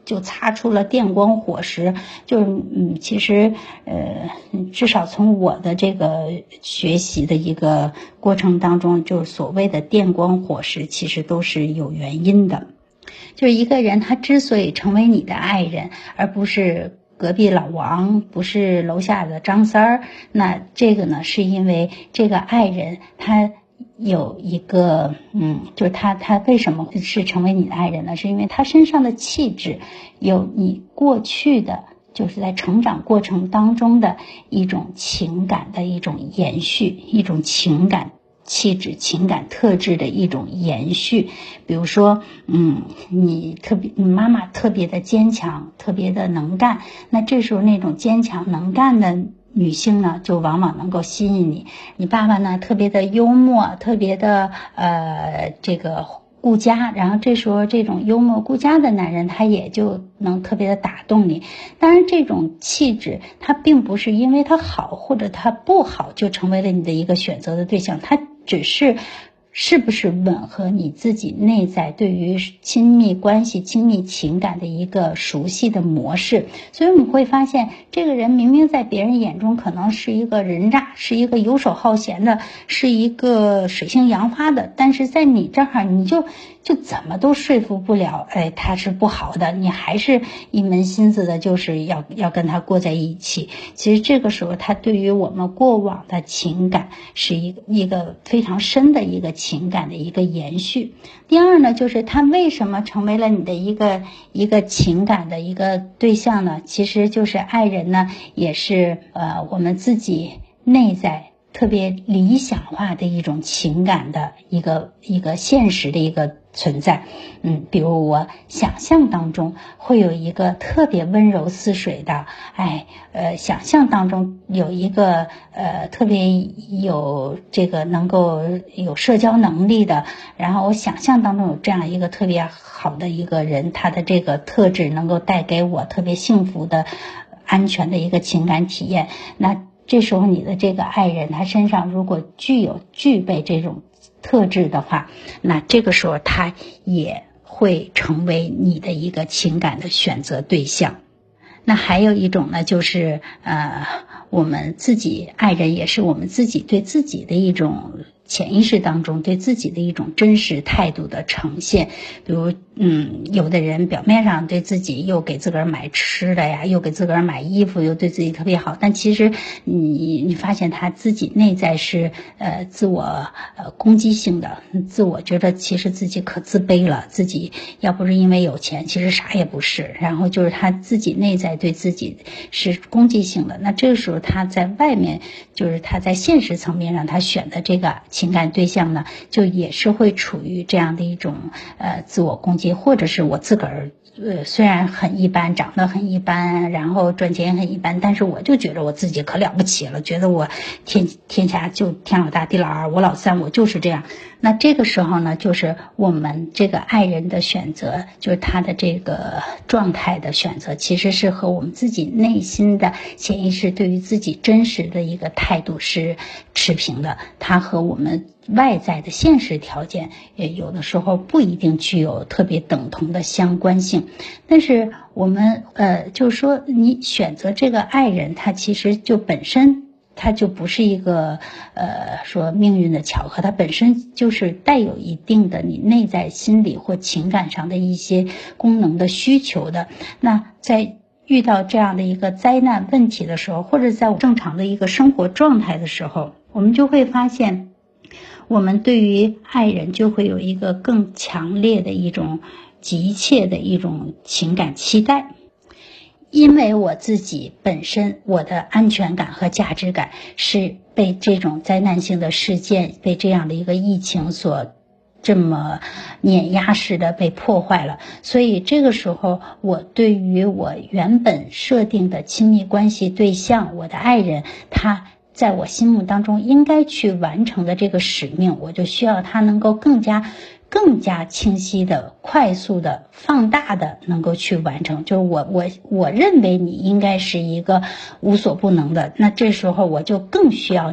就擦出了电光火石，就是其实至少从我的这个学习的一个过程当中，就是所谓的电光火石其实都是有原因的。就是一个人他之所以成为你的爱人，而不是隔壁老王，不是楼下的张三儿，那这个呢是因为这个爱人他有一个就是他为什么是成为你的爱人呢？是因为他身上的气质有你过去的就是在成长过程当中的一种情感的一种延续，一种情感气质、情感特质的一种延续。比如说你妈妈特别的坚强，特别的能干，那这时候那种坚强能干的女性呢就往往能够吸引你。你爸爸呢特别的幽默，特别的这个顾家，然后这时候这种幽默顾家的男人他也就能特别的打动你。当然这种气质他并不是因为他好或者他不好就成为了你的一个选择的对象，他只是不是吻合你自己内在对于亲密关系、亲密情感的一个熟悉的模式。所以我们会发现，这个人明明在别人眼中可能是一个人渣，是一个游手好闲的，是一个水性杨花的，但是在你这儿你就怎么都说服不了，他是不好的，你还是一门心思的就是要跟他过在一起。其实这个时候他对于我们过往的情感是一个非常深的一个情感的一个延续。第二呢，就是他为什么成为了你的一个情感的一个对象呢？其实就是爱人呢，也是我们自己内在特别理想化的一种情感的一个现实的一个存在。比如我想象当中会有一个特别温柔似水的，想象当中有一个特别有这个能够有社交能力的，然后我想象当中有这样一个特别好的一个人，他的这个特质能够带给我特别幸福的安全的一个情感体验。那这时候你的这个爱人他身上如果具备这种特质的话，那这个时候他也会成为你的一个情感的选择对象。那还有一种呢，就是我们自己爱人也是我们自己对自己的一种潜意识当中对自己的一种真实态度的呈现。比如有的人表面上对自己又给自个儿买吃的呀，又给自个儿买衣服，又对自己特别好，但其实你发现他自己内在是自我攻击性的，自我觉得其实自己可自卑了，自己要不是因为有钱其实啥也不是，然后就是他自己内在对自己是攻击性的。那这个时候他在外面就是他在现实层面上他选的这个情感对象呢，就也是会处于这样的一种自我攻击，或者是我自个儿虽然很一般，长得很一般，然后赚钱也很一般，但是我就觉得我自己可了不起了，觉得我天下就天老大地老二，我老三，我就是这样。那这个时候呢，就是我们这个爱人的选择，就是他的这个状态的选择，其实是和我们自己内心的潜意识对于自己真实的一个态度是持平的，它和我们外在的现实条件有的时候不一定具有特别等同的相关性。但是我们就是说你选择这个爱人，他其实就本身它就不是一个说命运的巧合，它本身就是带有一定的你内在心理或情感上的一些功能的需求的。那在遇到这样的一个灾难问题的时候，或者在我正常的一个生活状态的时候，我们就会发现我们对于爱人就会有一个更强烈的一种急切的一种情感期待。因为我自己本身我的安全感和价值感是被这种灾难性的事件，被这样的一个疫情所这么碾压式的被破坏了，所以这个时候我对于我原本设定的亲密关系对象，我的爱人，他在我心目当中应该去完成的这个使命，我就需要他能够更加清晰的、快速的、放大的能够去完成。就是我认为你应该是一个无所不能的，那这时候我就更需要你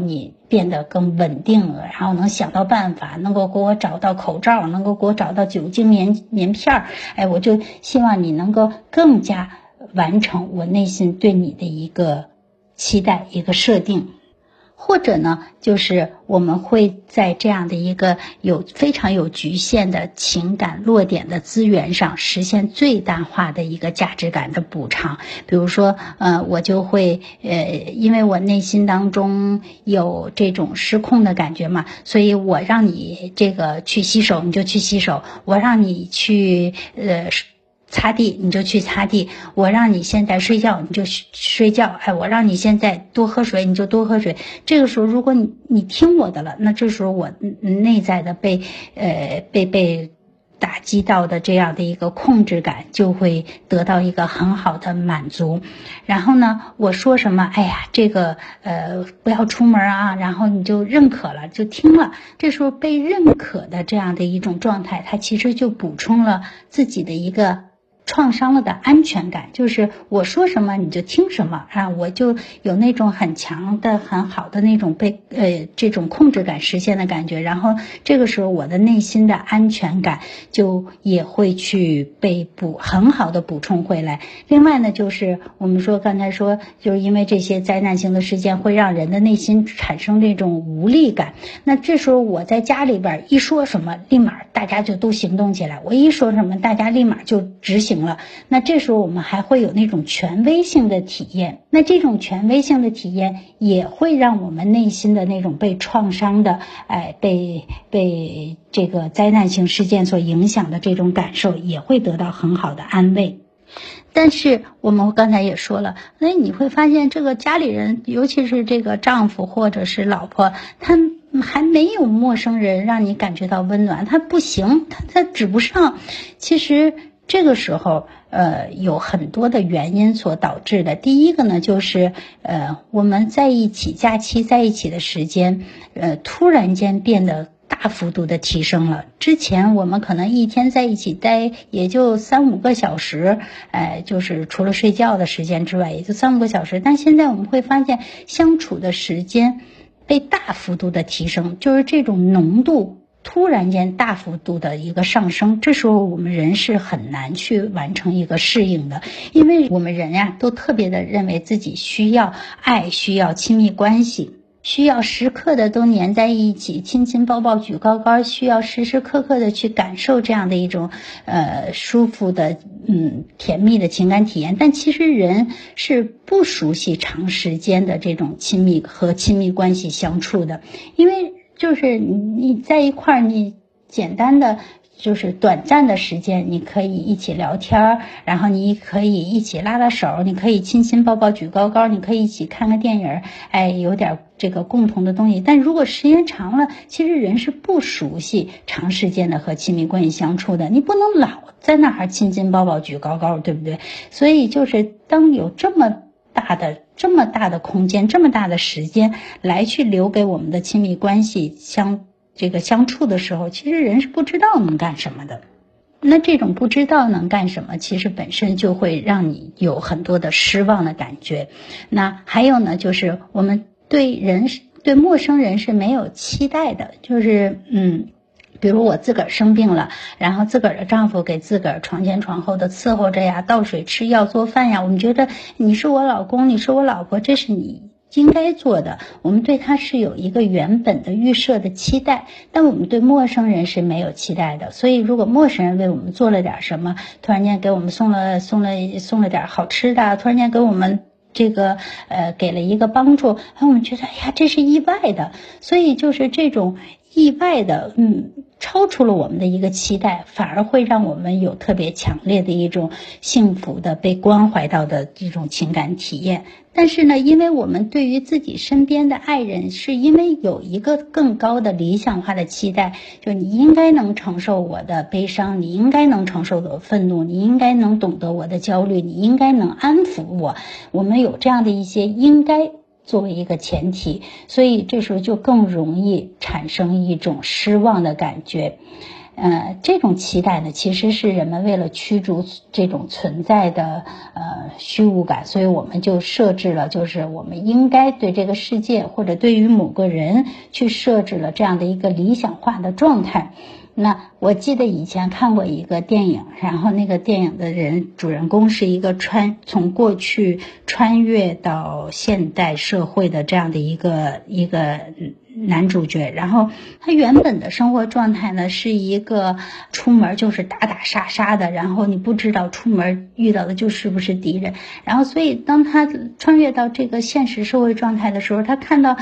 变得更稳定了，然后能想到办法，能够给我找到口罩，能够给我找到酒精棉片，我就希望你能够更加完成我内心对你的一个期待，一个设定。或者呢，就是我们会在这样的一个非常有局限的情感落点的资源上实现最大化的一个价值感的补偿。比如说我就会因为我内心当中有这种失控的感觉嘛，所以我让你这个去洗手你就去洗手，我让你去擦地你就去擦地，我让你现在睡觉你就睡觉，我让你现在多喝水你就多喝水。这个时候如果你听我的了，那这时候我内在的被打击到的这样的一个控制感就会得到一个很好的满足。然后呢，我说什么这个不要出门啊，然后你就认可了，就听了。这时候被认可的这样的一种状态，它其实就补充了自己的一个创伤了的安全感，就是我说什么你就听什么我就有那种很强的很好的那种被这种控制感实现的感觉，然后这个时候我的内心的安全感就也会去被很好的补充回来。另外呢，就是我们刚才说就是因为这些灾难性的事件会让人的内心产生这种无力感，那这时候我在家里边一说什么立马大家就都行动起来，我一说什么大家立马就执行了，那这时候我们还会有那种权威性的体验，那这种权威性的体验也会让我们内心的那种被创伤的被这个灾难性事件所影响的这种感受也会得到很好的安慰。但是我们刚才也说了，那你会发现这个家里人，尤其是这个丈夫或者是老婆，他还没有陌生人让你感觉到温暖，他不行，他指不上。其实这个时候有很多的原因所导致的。第一个呢，就是我们在一起假期在一起的时间突然间变得大幅度的提升了。之前我们可能一天在一起待也就3-5个小时，就是除了睡觉的时间之外也就3-5个小时，但现在我们会发现相处的时间被大幅度的提升，就是这种浓度突然间大幅度的一个上升。这时候我们人是很难去完成一个适应的，因为我们人都特别的认为自己需要爱，需要亲密关系，需要时刻的都黏在一起，亲亲抱抱举高高，需要时时刻刻的去感受这样的一种舒服的甜蜜的情感体验。但其实人是不熟悉长时间的这种亲密关系相处的，因为就是你在一块儿，你简单的就是短暂的时间，你可以一起聊天，然后你可以一起拉拉手，你可以亲亲抱抱举高高，你可以一起看个电影，有点这个共同的东西。但如果时间长了，其实人是不熟悉长时间的和亲密关系相处的，你不能老在那儿亲亲抱抱举高高，对不对？所以就是当有这么大的空间，这么大的时间来去留给我们的亲密关系相处的时候，其实人是不知道能干什么的。那这种不知道能干什么，其实本身就会让你有很多的失望的感觉。那还有呢，就是我们对陌生人是没有期待的，就是比如我自个儿生病了，然后自个儿的丈夫给自个儿床前床后的伺候着呀，倒水吃药做饭呀，我们觉得你是我老公，你是我老婆，这是你应该做的，我们对他是有一个原本的预设的期待。但我们对陌生人是没有期待的，所以如果陌生人为我们做了点什么，突然间给我们送了点好吃的，突然间给我们这个给了一个帮助，我们觉得这是意外的。所以就是这种意外的超出了我们的一个期待，反而会让我们有特别强烈的一种幸福的被关怀到的这种情感体验。但是呢，因为我们对于自己身边的爱人是因为有一个更高的理想化的期待，就你应该能承受我的悲伤，你应该能承受我的愤怒，你应该能懂得我的焦虑，你应该能安抚我们有这样的一些应该作为一个前提，所以这时候就更容易产生一种失望的感觉。 这种期待呢，其实是人们为了驱逐这种存在的虚无感，所以我们就设置了，就是我们应该对这个世界或者对于某个人去设置了这样的一个理想化的状态。那我记得以前看过一个电影，然后那个电影的主人公是一个从过去穿越到现代社会的这样的一个男主角，然后他原本的生活状态呢是一个出门就是打打杀杀的，然后你不知道出门遇到的就是不是敌人，然后所以当他穿越到这个现实社会状态的时候，他看到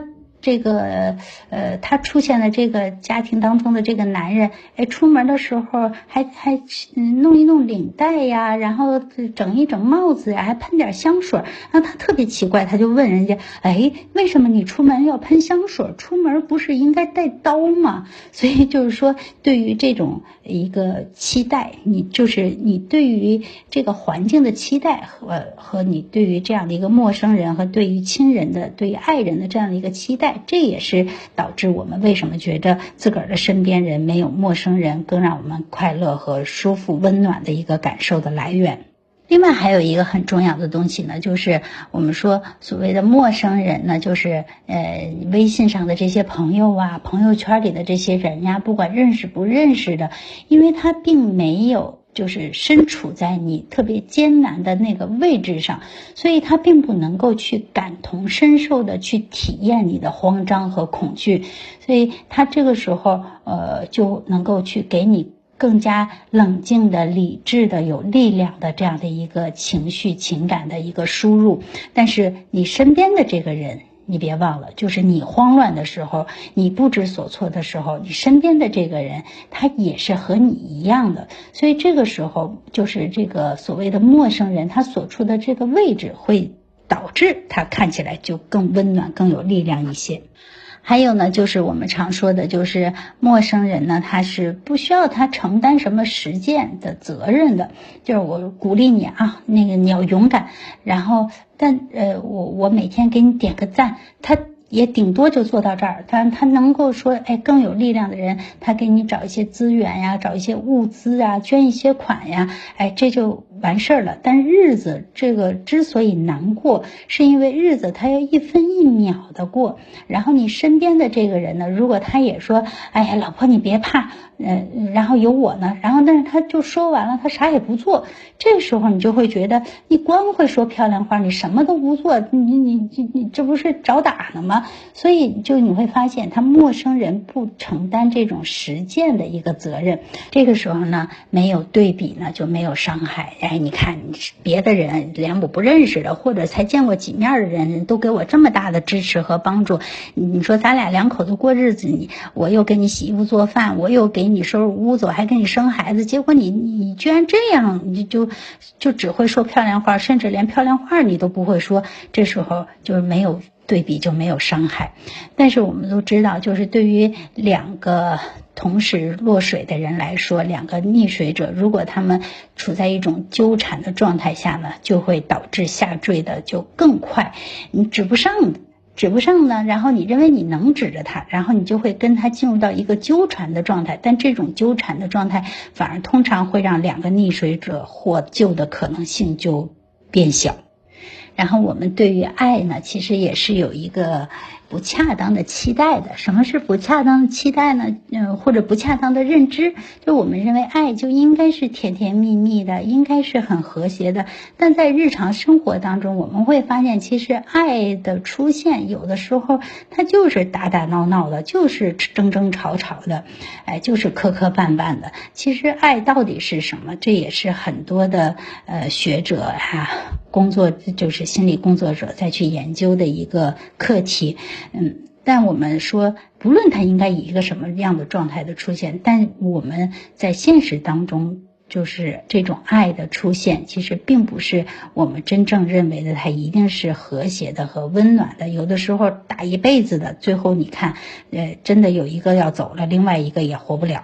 他出现的这个家庭当中的这个男人，出门的时候还弄一弄领带呀，然后整一整帽子呀，还喷点香水。然后他特别奇怪，他就问人家，为什么你出门要喷香水？出门不是应该带刀吗？所以就是说，对于这种一个期待，你对于这个环境的期待和你对于这样的一个陌生人和对于亲人的、对于爱人的这样的一个期待，这也是导致我们为什么觉得自个儿的身边人没有陌生人更让我们快乐和舒服温暖的一个感受的来源。另外还有一个很重要的东西呢，就是我们说所谓的陌生人呢，就是微信上的这些朋友啊，朋友圈里的这些人呀，不管认识不认识的，因为他并没有就是身处在你特别艰难的那个位置上，所以他并不能够去感同身受的去体验你的慌张和恐惧，所以他这个时候就能够去给你更加冷静的、理智的、有力量的这样的一个情绪情感的一个输入。但是你身边的这个人，你别忘了，就是你慌乱的时候，你不知所措的时候，你身边的这个人他也是和你一样的，所以这个时候就是这个所谓的陌生人，他所处的这个位置会导致他看起来就更温暖、更有力量一些。还有呢，就是我们常说的，就是陌生人呢，他是不需要他承担什么实践的责任的，就是我鼓励你啊，那个你要勇敢，然后我每天给你点个赞，他也顶多就做到这儿，但他能够说，更有力量的人，他给你找一些资源呀，找一些物资啊，捐一些款呀，这就完事儿了。但日子这个之所以难过，是因为日子它要一分一秒的过，然后你身边的这个人呢，如果他也说，老婆你别怕，然后有我呢，然后但是他就说完了，他啥也不做，这时候你就会觉得，你光会说漂亮话，你什么都不做，你这不是找打呢吗？所以你会发现，他陌生人不承担这种实践的一个责任，这个时候呢，没有对比呢，就没有伤害。你看别的人连我不认识的，或者才见过几面的人都给我这么大的支持和帮助，你说咱俩两口子过日子，我又给你洗衣服做饭，我又给你收拾屋子，我还给你生孩子，结果你居然这样，你就只会说漂亮话，甚至连漂亮话你都不会说，这时候就是没有对比就没有伤害。但是我们都知道，就是对于两个同时落水的人来说，两个溺水者如果他们处在一种纠缠的状态下呢，就会导致下坠的就更快，你指不上呢，然后你认为你能指着他，然后你就会跟他进入到一个纠缠的状态，但这种纠缠的状态反而通常会让两个溺水者获救的可能性就变小。然后我们对于爱呢，其实也是有一个不恰当的期待的。什么是不恰当的期待呢？或者不恰当的认知，就我们认为爱就应该是甜甜蜜蜜的，应该是很和谐的。但在日常生活当中，我们会发现，其实爱的出现有的时候它就是打打闹闹的，就是争争吵吵的，就是磕磕绊绊的。其实爱到底是什么？这也是很多的学者工作，就是心理工作者再去研究的一个课题。但我们说，不论它应该以一个什么样的状态的出现，但我们在现实当中，就是这种爱的出现，其实并不是我们真正认为的它一定是和谐的和温暖的。有的时候打一辈子的，最后你看真的有一个要走了，另外一个也活不了。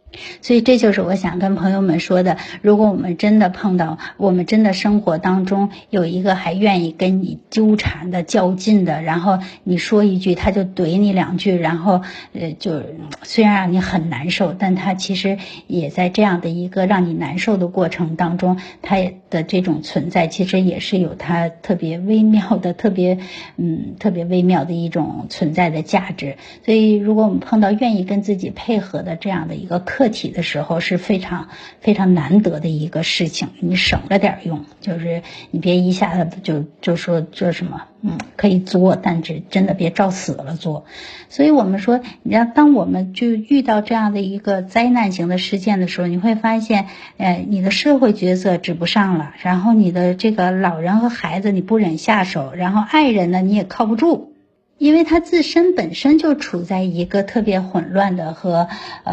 所以这就是我想跟朋友们说的，如果我们真的碰到，我们真的生活当中有一个还愿意跟你纠缠的较劲的，然后你说一句他就怼你两句，然后就虽然让你很难受，但他其实也在这样的一个让你难受的过程当中，他的这种存在其实也是有他特别微妙的特别微妙的一种存在的价值。所以如果我们碰到愿意跟自己配合的这样的一个课题的时候，是非常非常难得的一个事情，你省着点用，就是你别一下子就说这什么可以做，但是真的别照死了做。所以我们说，你要当我们就遇到这样的一个灾难型的事件的时候，你会发现你的社会角色指不上了，然后你的这个老人和孩子你不忍下手，然后爱人呢你也靠不住，因为他自身本身就处在一个特别混乱的和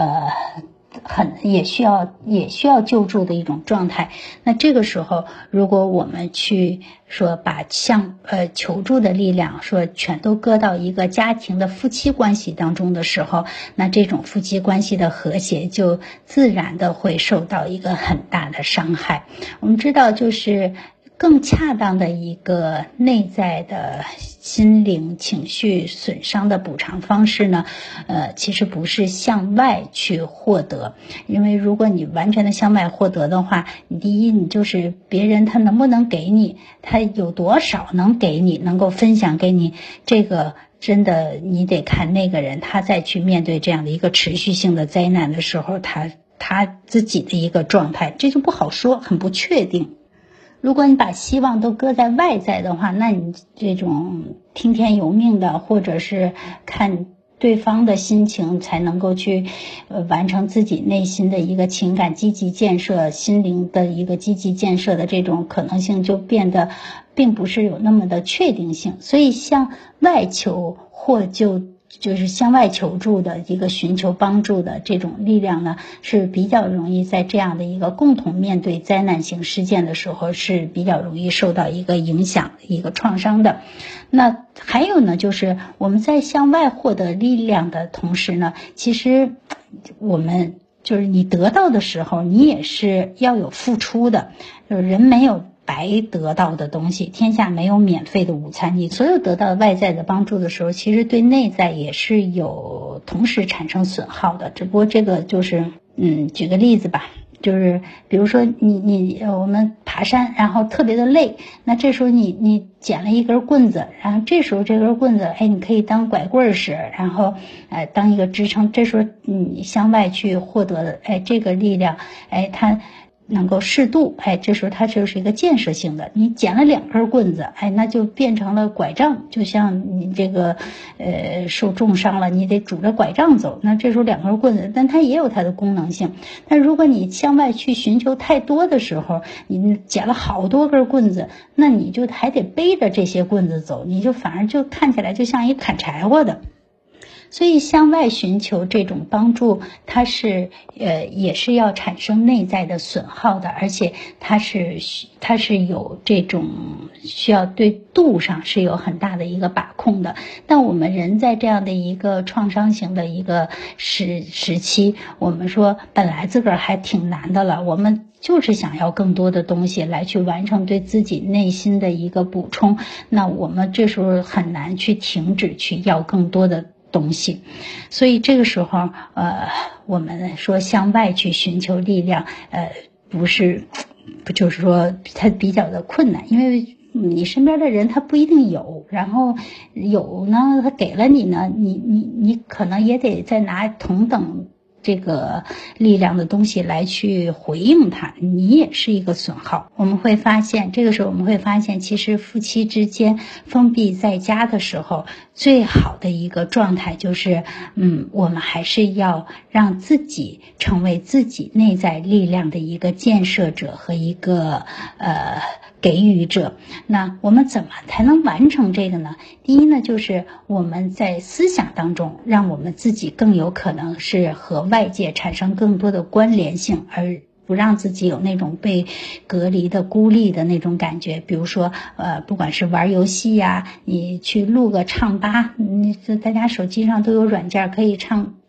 也需要救助的一种状态。那这个时候如果我们去说把求助的力量说全都搁到一个家庭的夫妻关系当中的时候，那这种夫妻关系的和谐就自然的会受到一个很大的伤害。我们知道就是更恰当的一个内在的心灵情绪损伤的补偿方式呢，其实不是向外去获得，因为如果你完全的向外获得的话，你第一，你就是别人他能不能给你，他有多少能给你，能够分享给你，这个真的你得看那个人他再去面对这样的一个持续性的灾难的时候，他自己的一个状态，这就不好说，很不确定。如果你把希望都搁在外在的话，那你这种听天由命的，或者是看对方的心情才能够去完成自己内心的一个情感积极建设，心灵的一个积极建设的这种可能性就变得并不是有那么的确定性。所以向外求或就是向外求助的一个寻求帮助的这种力量呢，是比较容易在这样的一个共同面对灾难性事件的时候是比较容易受到一个影响一个创伤的。那还有呢，就是我们在向外获得力量的同时呢，其实我们就是你得到的时候你也是要有付出的，就是人没有白得到的东西，天下没有免费的午餐，你所有得到外在的帮助的时候，其实对内在也是有同时产生损耗的。只不过这个就是举个例子吧，就是比如说我们爬山，然后特别的累，那这时候你捡了一根棍子，然后这时候这根棍子你可以当拐棍使，然后当一个支撑，这时候你向外去获得的这个力量它能够适度这时候它就是一个建设性的。你捡了两根棍子那就变成了拐杖，就像你这个受重伤了，你得拄着拐杖走，那这时候两根棍子，但它也有它的功能性。但如果你向外去寻求太多的时候，你捡了好多根棍子，那你就还得背着这些棍子走，你就反而就看起来就像一砍柴火的。所以向外寻求这种帮助，它是也是要产生内在的损耗的，而且它是有这种需要对度上是有很大的一个把控的。但我们人在这样的一个创伤型的一个时期，我们说本来自个儿还挺难的了，我们就是想要更多的东西来去完成对自己内心的一个补充，那我们这时候很难去停止去要更多的东西。所以这个时候我们说向外去寻求力量不就是说它比较的困难，因为你身边的人他不一定有，然后有呢他给了你呢，你可能也得再拿同等这个力量的东西来去回应它，你也是一个损耗。我们会发现这个时候我们会发现，其实夫妻之间封闭在家的时候，最好的一个状态就是我们还是要让自己成为自己内在力量的一个建设者和一个给予者。那我们怎么才能完成这个呢？第一呢，就是我们在思想当中让我们自己更有可能是和外界产生更多的关联性，而不让自己有那种被隔离的孤立的那种感觉。比如说不管是玩游戏呀，你去录个唱吧，大家手机上都有软件可以唱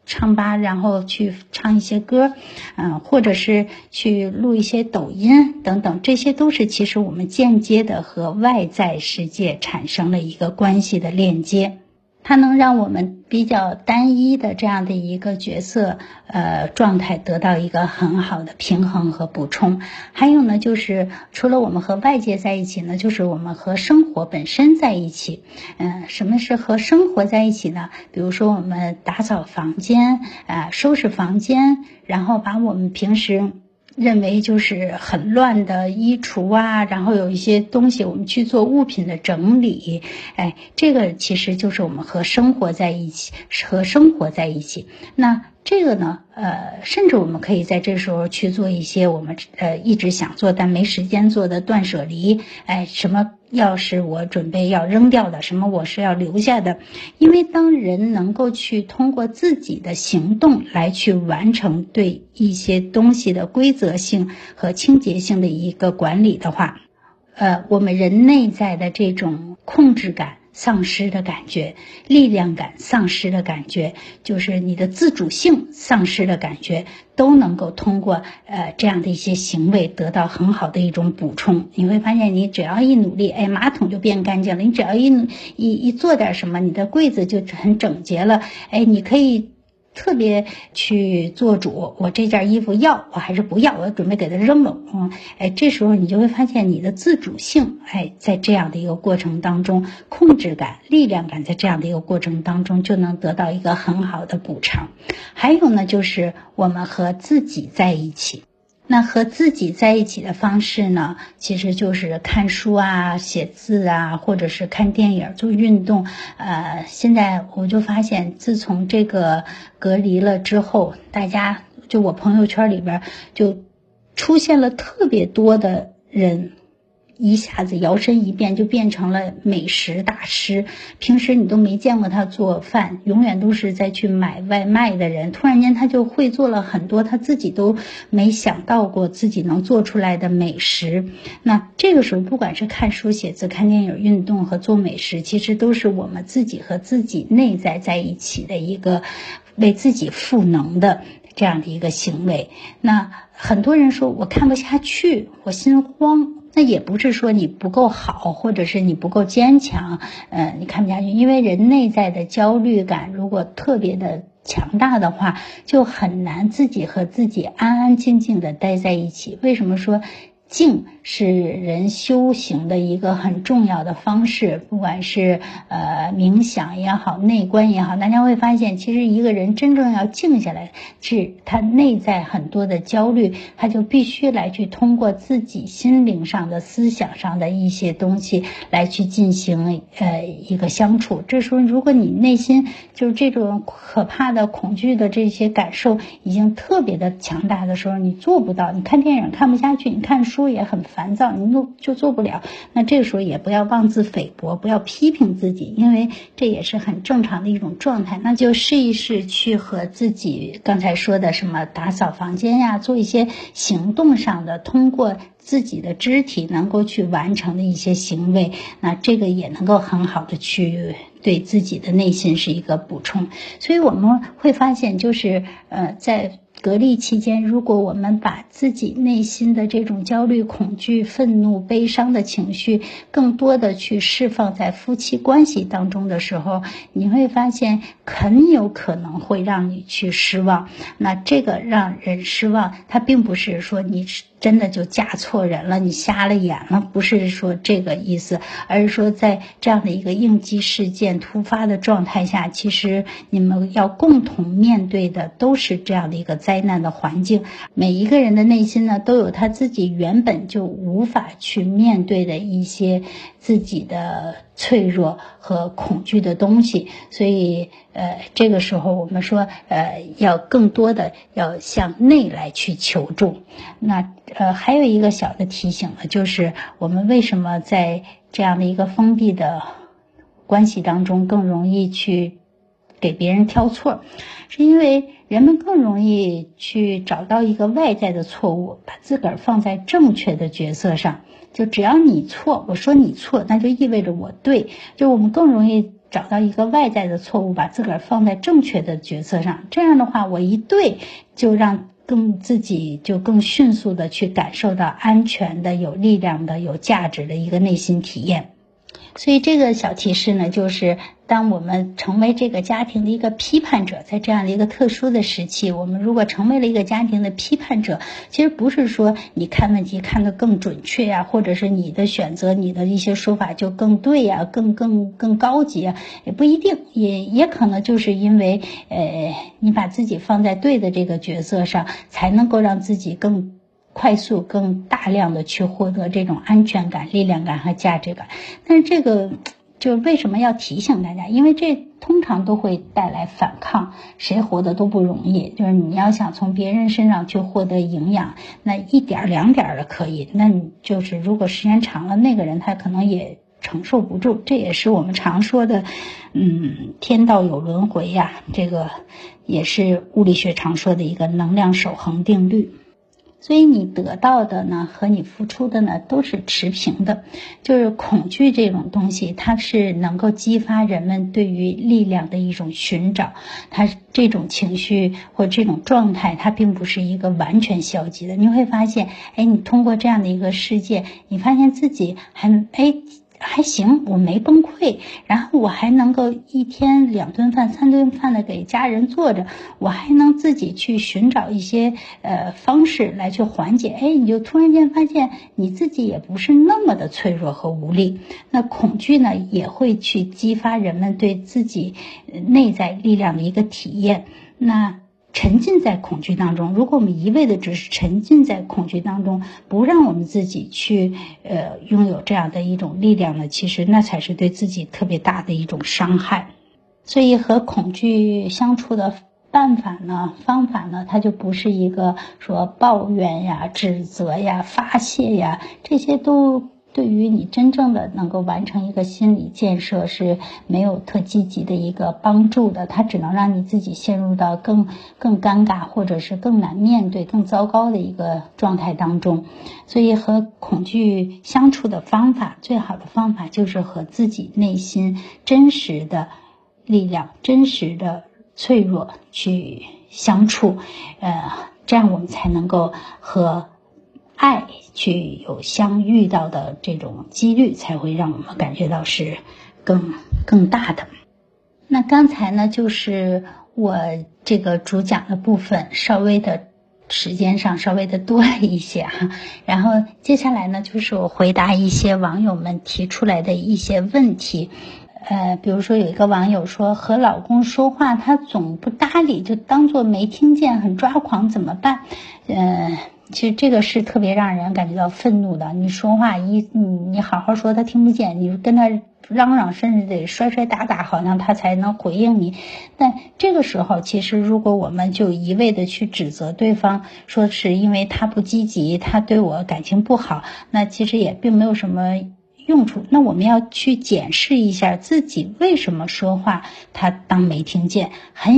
唱吧，然后去唱一些歌，或者是去录一些抖音等等，这些都是其实我们间接的和外在世界产生了一个关系的链接。它能让我们比较单一的这样的一个角色状态得到一个很好的平衡和补充。还有呢，就是除了我们和外界在一起呢，就是我们和生活本身在一起。什么是和生活在一起呢？比如说我们打扫房间，收拾房间，然后把我们平时认为就是很乱的衣橱啊，然后有一些东西我们去做物品的整理，这个其实就是我们和生活在一起，那这个呢，甚至我们可以在这时候去做一些我们一直想做但没时间做的断舍离，什么要是我准备要扔掉的，什么我是要留下的。因为当人能够去通过自己的行动来去完成对一些东西的规则性和清洁性的一个管理的话，我们人内在的这种控制感丧失的感觉，力量感丧失的感觉，就是你的自主性丧失的感觉，都能够通过这样的一些行为得到很好的一种补充。你会发现你只要一努力，马桶就变干净了，你只要一做点什么，你的柜子就很整洁了，你可以特别去做主，我这件衣服要我还是不要，我要准备给它扔了。这时候你就会发现你的自主性，在这样的一个过程当中，控制感、力量感在这样的一个过程当中就能得到一个很好的补偿。还有呢，就是我们和自己在一起。那和自己在一起的方式呢，其实就是看书啊、写字啊，或者是看电影、做运动。现在我就发现，自从这个隔离了之后，大家就我朋友圈里边就出现了特别多的人，一下子摇身一变就变成了美食大师。平时你都没见过他做饭，永远都是在去买外卖的人，突然间他就会做了很多他自己都没想到过自己能做出来的美食。那这个时候不管是看书、写字、看电影、运动和做美食，其实都是我们自己和自己内在在一起的一个为自己赋能的这样的一个行为。那很多人说我看不下去，我心慌，那也不是说你不够好，或者是你不够坚强，你看不下去。因为人内在的焦虑感如果特别的强大的话，就很难自己和自己安安静静的待在一起。为什么说静是人修行的一个很重要的方式？不管是冥想也好，内观也好，大家会发现其实一个人真正要静下来，是他内在很多的焦虑，他就必须来去通过自己心灵上的思想上的一些东西来去进行一个相处。这时候如果你内心就是这种可怕的恐惧的这些感受已经特别的强大的时候，你做不到。你看电影看不下去，你看书也很烦躁，你就做不了。那这个时候也不要妄自菲薄，不要批评自己，因为这也是很正常的一种状态。那就试一试去和自己刚才说的什么打扫房间呀，做一些行动上的，通过自己的肢体能够去完成的一些行为，那这个也能够很好的去对自己的内心是一个补充。所以我们会发现就是在隔离期间，如果我们把自己内心的这种焦虑、恐惧、愤怒、悲伤的情绪更多的去释放在夫妻关系当中的时候，你会发现很有可能会让你去失望。那这个让人失望，它并不是说你真的就嫁错人了，你瞎了眼了，不是说这个意思，而是说在这样的一个应激事件突发的状态下，其实你们要共同面对的都是这样的一个灾难的环境。每一个人的内心呢，都有他自己原本就无法去面对的一些自己的脆弱和恐惧的东西。所以这个时候我们说要更多的要向内来去求助。那还有一个小的提醒呢，就是我们为什么在这样的一个封闭的关系当中更容易去给别人挑错，是因为人们更容易去找到一个外在的错误，把自个儿放在正确的角色上。就只要你错，我说你错，那就意味着我对。就我们更容易找到一个外在的错误，把自个儿放在正确的角色上，这样的话我一对就让自己就更迅速的去感受到安全的、有力量的、有价值的一个内心体验。所以这个小提示呢，就是当我们成为这个家庭的一个批判者，在这样的一个特殊的时期，我们如果成为了一个家庭的批判者，其实不是说你看问题看得更准确呀，或者是你的选择、你的一些说法就更对呀、更高级啊，也不一定，也可能就是因为你把自己放在对的这个角色上，才能够让自己更快速、更大量的去获得这种安全感、力量感和价值感。但是这个就为什么要提醒大家？因为这通常都会带来反抗，谁活得都不容易。就是你要想从别人身上去获得营养，那1点2点的可以，那你就是如果时间长了，那个人他可能也承受不住。这也是我们常说的天道有轮回呀，这个也是物理学常说的一个能量守恒定律。所以你得到的呢和你付出的呢都是持平的。就是恐惧这种东西，它是能够激发人们对于力量的一种寻找，它这种情绪或这种状态，它并不是一个完全消极的。你会发现你通过这样的一个事件，你发现自己还行，我没崩溃，然后我还能够1天2顿饭3顿饭的给家人做着，我还能自己去寻找一些方式来去缓解。你就突然间发现你自己也不是那么的脆弱和无力。那恐惧呢，也会去激发人们对自己内在力量的一个体验。那沉浸在恐惧当中，如果我们一味的只是沉浸在恐惧当中，不让我们自己去拥有这样的一种力量呢，其实那才是对自己特别大的一种伤害。所以和恐惧相处的方法呢，它就不是一个说抱怨呀、指责呀、发泄呀，这些都对于你真正的能够完成一个心理建设是没有特积极的一个帮助的，它只能让你自己陷入到更尴尬或者是更难面对、更糟糕的一个状态当中。所以和恐惧相处的方法，最好的方法就是和自己内心真实的力量、真实的脆弱去相处，这样我们才能够和爱去有相遇到的这种几率，才会让我们感觉到是更大的。那刚才呢，就是我这个主讲的部分稍微的时间上稍微的多了一些哈，然后接下来呢，就是我回答一些网友们提出来的一些问题。比如说有一个网友说，和老公说话他总不搭理，就当作没听见，很抓狂，怎么办？其实这个是特别让人感觉到愤怒的。你说话你好好说他听不见，你跟他嚷嚷，甚至得摔摔打打，好像他才能回应你。但这个时候其实如果我们就一味的去指责对方，说是因为他不积极，他对我感情不好，那其实也并没有什么用处。那我们要去检视一下自己为什么说话他当没听见。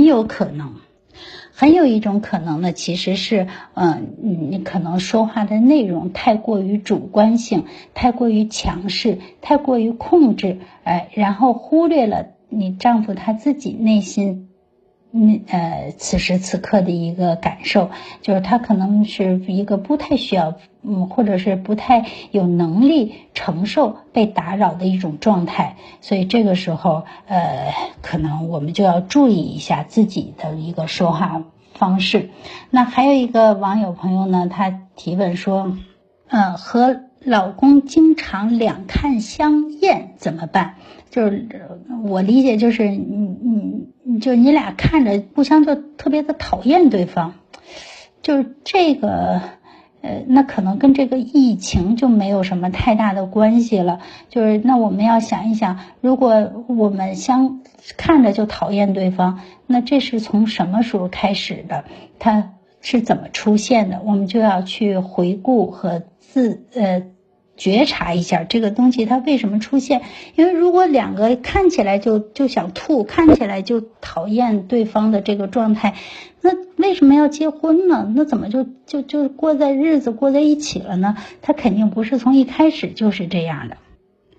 很有一种可能呢，其实是你可能说话的内容太过于主观性，太过于强势，太过于控制，然后忽略了你丈夫他自己内心此时此刻的一个感受，就是他可能是一个不太需要或者是不太有能力承受被打扰的一种状态。所以这个时候可能我们就要注意一下自己的一个说话方式。那还有一个网友朋友呢，他提问说和老公经常两看相厌怎么办？就是我理解就是你俩看着互相就特别的讨厌对方，就是这个那可能跟这个疫情就没有什么太大的关系了。就是那我们要想一想，如果我们看着就讨厌对方，那这是从什么时候开始的？它是怎么出现的？我们就要去回顾和觉察一下这个东西它为什么出现。因为如果两个看起来就想吐，看起来就讨厌对方的这个状态，那为什么要结婚呢？那怎么就日子过在一起了呢？它肯定不是从一开始就是这样的。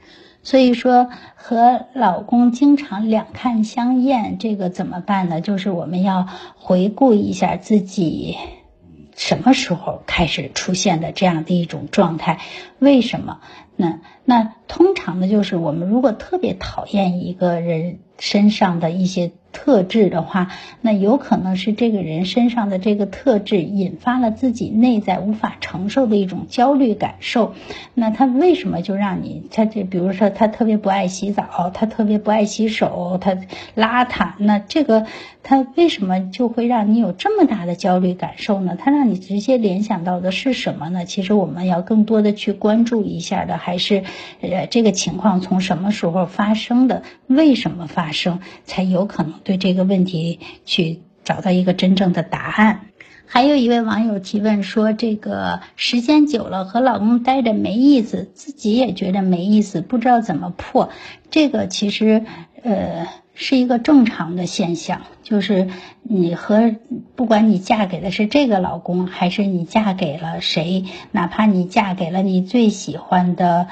所以说和老公经常两看相厌，这个怎么办呢？就是我们要回顾一下自己什么时候开始出现的这样的一种状态，为什么？那通常的就是我们如果特别讨厌一个人身上的一些特质的话，那有可能是这个人身上的这个特质引发了自己内在无法承受的一种焦虑感受。那他为什么就让你，比如说他特别不爱洗澡，他特别不爱洗手，他邋遢，那这个他为什么就会让你有这么大的焦虑感受呢？他让你直接联想到的是什么呢？其实我们要更多的去关注一下的还是这个情况从什么时候发生的，为什么发生，才有可能对这个问题去找到一个真正的答案。还有一位网友提问说，这个时间久了和老公待着没意思，自己也觉得没意思，不知道怎么破。这个其实是一个正常的现象，就是不管你嫁给的是这个老公，还是你嫁给了谁，哪怕你嫁给了你最喜欢的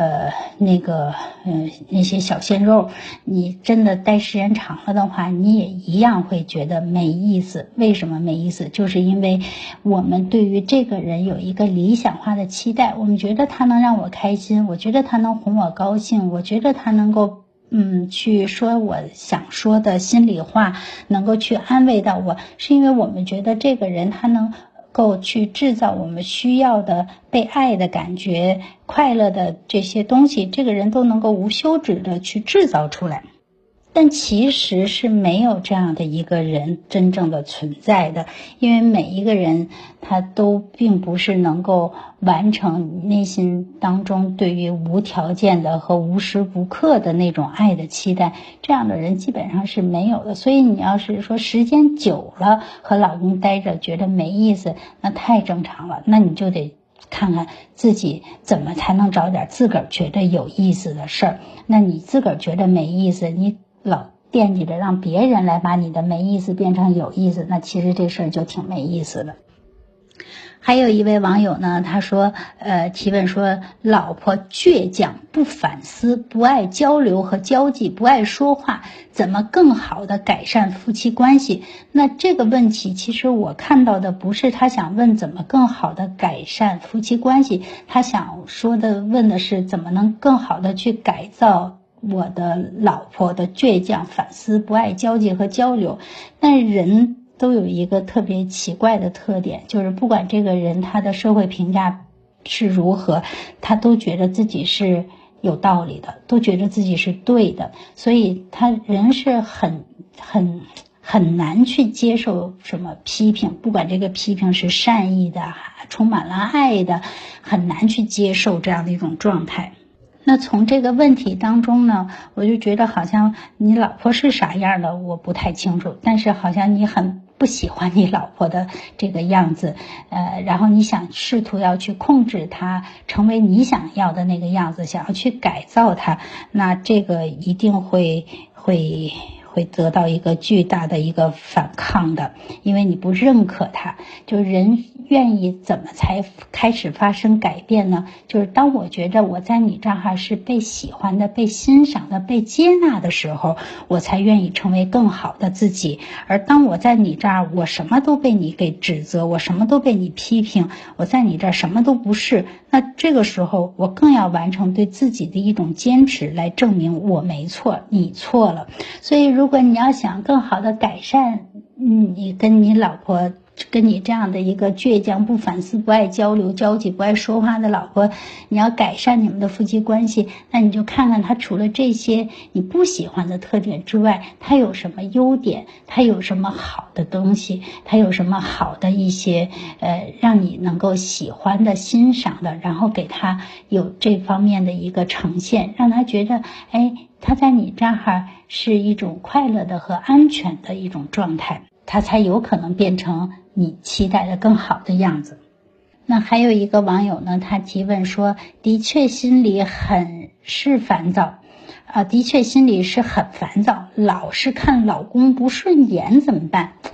那些小鲜肉，你真的待时间长了的话，你也一样会觉得没意思。为什么没意思？就是因为我们对于这个人有一个理想化的期待，我们觉得他能让我开心，我觉得他能哄我高兴，我觉得他能够去说我想说的心里话，能够去安慰到我，是因为我们觉得这个人他能够去制造我们需要的被爱的感觉，快乐的这些东西，这个人都能够无休止的去制造出来。但其实是没有这样的一个人真正的存在的，因为每一个人他都并不是能够完成内心当中对于无条件的和无时无刻的那种爱的期待，这样的人基本上是没有的。所以你要是说时间久了和老公待着觉得没意思，那太正常了，那你就得看看自己怎么才能找点自个儿觉得有意思的事儿。那你自个儿觉得没意思，你老惦记着让别人来把你的没意思变成有意思，那其实这事儿就挺没意思的。还有一位网友呢，他说提问说，老婆倔强，不反思，不爱交流和交际，不爱说话，怎么更好的改善夫妻关系？那这个问题其实我看到的不是他想问怎么更好的改善夫妻关系，他想问的是怎么能更好的去改造我的老婆的倔强、反思、不爱交际和交流。但人都有一个特别奇怪的特点，就是不管这个人他的社会评价是如何，他都觉得自己是有道理的，都觉得自己是对的，所以人是很难去接受什么批评，不管这个批评是善意的、充满了爱的，很难去接受这样的一种状态。那从这个问题当中呢，我就觉得好像你老婆是啥样的我不太清楚，但是好像你很不喜欢你老婆的这个样子，然后你想试图要去控制她成为你想要的那个样子，想要去改造她，那这个一定会得到一个巨大的一个反抗的，因为你不认可他。就人愿意怎么才开始发生改变呢？就是当我觉得我在你这儿是被喜欢的、被欣赏的、被接纳的时候，我才愿意成为更好的自己。而当我在你这儿，我什么都被你给指责，我什么都被你批评，我在你这儿什么都不是，那这个时候我更要完成对自己的一种坚持，来证明我没错，你错了。所以如果你要想更好的改善你跟你老婆，跟你这样的一个倔强、不反思、不爱交流、交际、不爱说话的老婆，你要改善你们的夫妻关系，那你就看看他除了这些你不喜欢的特点之外，他有什么优点，他有什么好的东西，他有什么好的一些让你能够喜欢的、欣赏的，然后给他有这方面的一个呈现，让他觉得他在你这儿是一种快乐的和安全的一种状态，他才有可能变成你期待的更好的样子。那还有一个网友呢，他提问说，的确心里很烦躁，的确心里是很烦躁，老是看老公不顺眼怎么办？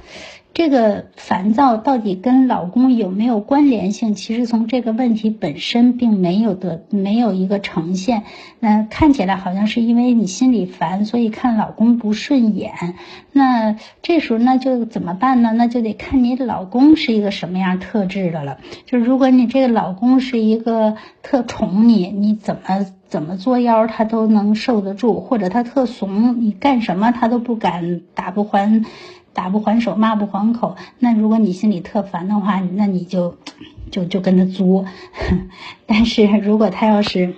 这个烦躁到底跟老公有没有关联性？其实从这个问题本身并没有一个呈现。那看起来好像是因为你心里烦，所以看老公不顺眼。那这时候那就怎么办呢？那就得看你老公是一个什么样特质的了。就是如果你这个老公是一个特宠你，你怎么作妖他都能受得住，或者他特怂，你干什么他都不敢，打不还手，骂不还口。那如果你心里特烦的话，那你就跟他作。但如果他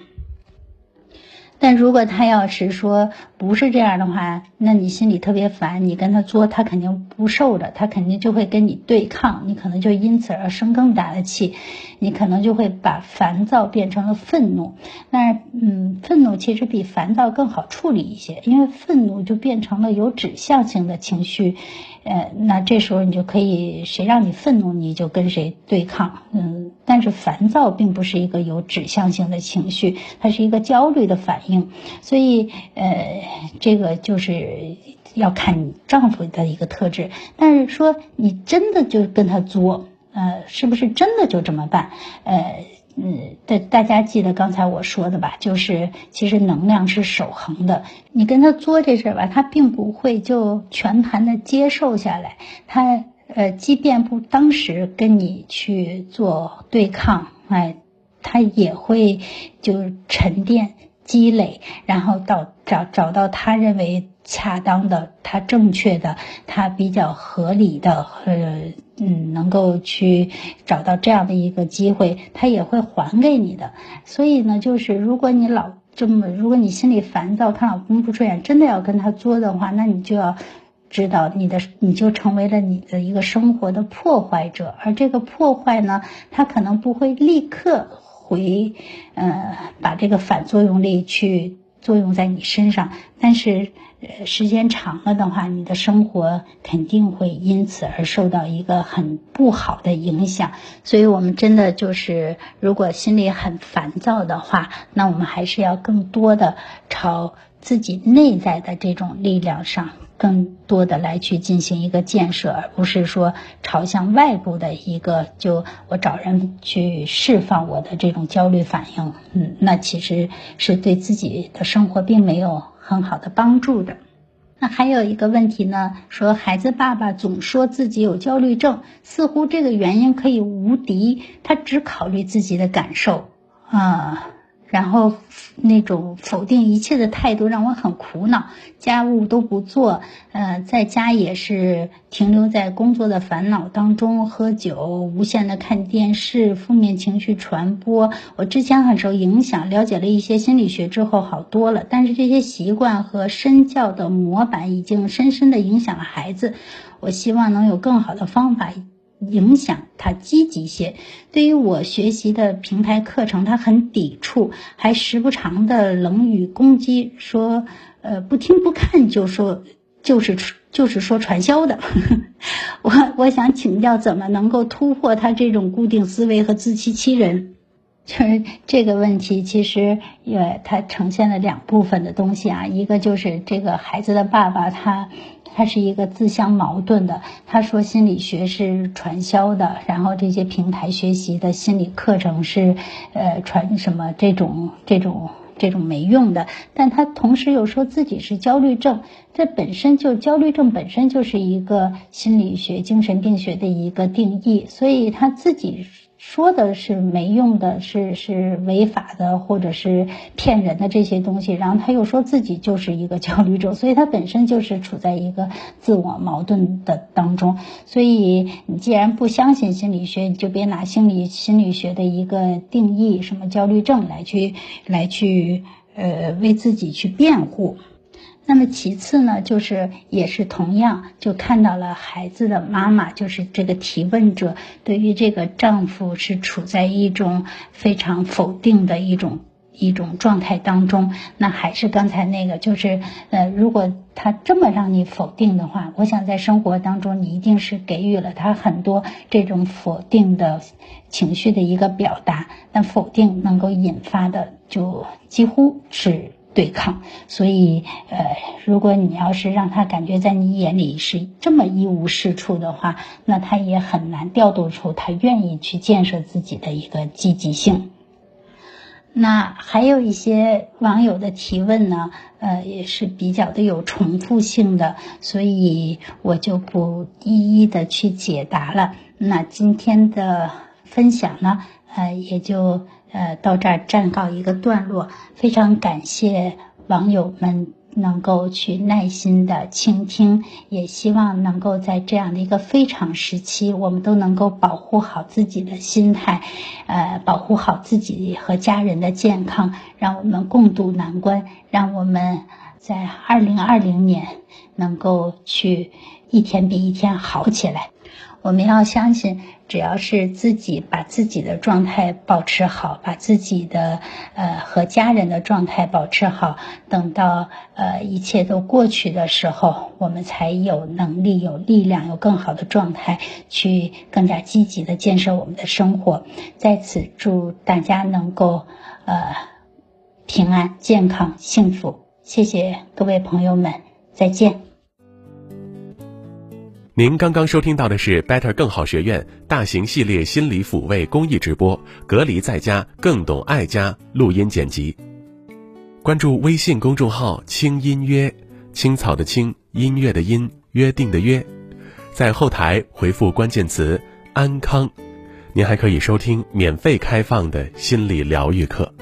要是说不是这样的话，那你心里特别烦，你跟他作，他肯定不受的，他肯定就会跟你对抗，你可能就因此而生更大的气，你可能就会把烦躁变成了愤怒。那愤怒其实比烦躁更好处理一些，因为愤怒就变成了有指向性的情绪，那这时候你就可以谁让你愤怒你就跟谁对抗。但是烦躁并不是一个有指向性的情绪，它是一个焦虑的反应，所以这个就是要看你丈夫的一个特质。但是说你真的就跟他作，是不是真的就这么办？大家记得刚才我说的吧，就是其实能量是守恒的，你跟他作这事吧，他并不会就全盘的接受下来，他即便不当时跟你去做对抗，他也会就沉淀积累，然后找到他认为恰当的，他正确的，他比较合理的，能够去找到这样的一个机会，他也会还给你的。所以呢，就是如果你心里烦躁，看老公不顺眼，真的要跟他作的话，那你就要知道你就成为了你的一个生活的破坏者。而这个破坏呢，它可能不会立刻把这个反作用力去作用在你身上，但是时间长了的话，你的生活肯定会因此而受到一个很不好的影响。所以我们真的就是如果心里很烦躁的话，那我们还是要更多的朝自己内在的这种力量上更多的来去进行一个建设，而不是说朝向外部的一个就我找人去释放我的这种焦虑反应。那其实是对自己的生活并没有很好的帮助的。那还有一个问题呢，说孩子爸爸总说自己有焦虑症，似乎这个原因可以无敌，他只考虑自己的感受然后那种否定一切的态度让我很苦恼，家务都不做，在家也是停留在工作的烦恼当中，喝酒，无限的看电视，负面情绪传播。我之前很受影响，了解了一些心理学之后好多了，但是这些习惯和身教的模板已经深深的影响了孩子。我希望能有更好的方法影响他积极些。对于我学习的平台课程，他很抵触，还时不常的冷语攻击，说不听不看就是说传销的。我想请教怎么能够突破他这种固定思维和自欺欺人。就是这个问题其实它呈现了两部分的东西啊，一个就是这个孩子的爸爸他是一个自相矛盾的，他说心理学是传销的，然后这些平台学习的心理课程是传什么这种没用的，但他同时又说自己是焦虑症，焦虑症本身就是一个心理学精神病学的一个定义，所以他自己说的是没用的，是违法的或者是骗人的这些东西，然后他又说自己就是一个焦虑症，所以他本身就是处在一个自我矛盾的当中。所以你既然不相信心理学，你就别拿心理学的一个定义什么焦虑症来去为自己去辩护。那么其次呢，就是也是同样就看到了孩子的妈妈，就是这个提问者对于这个丈夫是处在一种非常否定的一种状态当中。那还是刚才那个，就是如果他这么让你否定的话，我想在生活当中你一定是给予了他很多这种否定的情绪的一个表达，但否定能够引发的就几乎是对抗。所以如果你要是让他感觉在你眼里是这么一无是处的话，那他也很难调动出他愿意去建设自己的一个积极性。那还有一些网友的提问呢，也是比较的有重复性的，所以我就不一一的去解答了。那今天的分享呢，也就到这儿暂告一个段落。非常感谢网友们能够去耐心的倾听，也希望能够在这样的一个非常时期，我们都能够保护好自己的心态，保护好自己和家人的健康，让我们共度难关，让我们在2020年能够去一天比一天好起来。我们要相信，只要是自己把自己的状态保持好，把自己的和家人的状态保持好，等到一切都过去的时候，我们才有能力、有力量、有更好的状态去更加积极的建设我们的生活。在此祝大家能够平安、健康、幸福。谢谢各位朋友们，再见。 您刚刚收听到的是 Better 更好学院大型系列心理抚慰公益直播，隔离在家更懂爱家录音剪辑。关注微信公众号轻音约，青草的青，音乐的音，约定的约，在后台回复关键词安康，您还可以收听免费开放的心理疗愈课。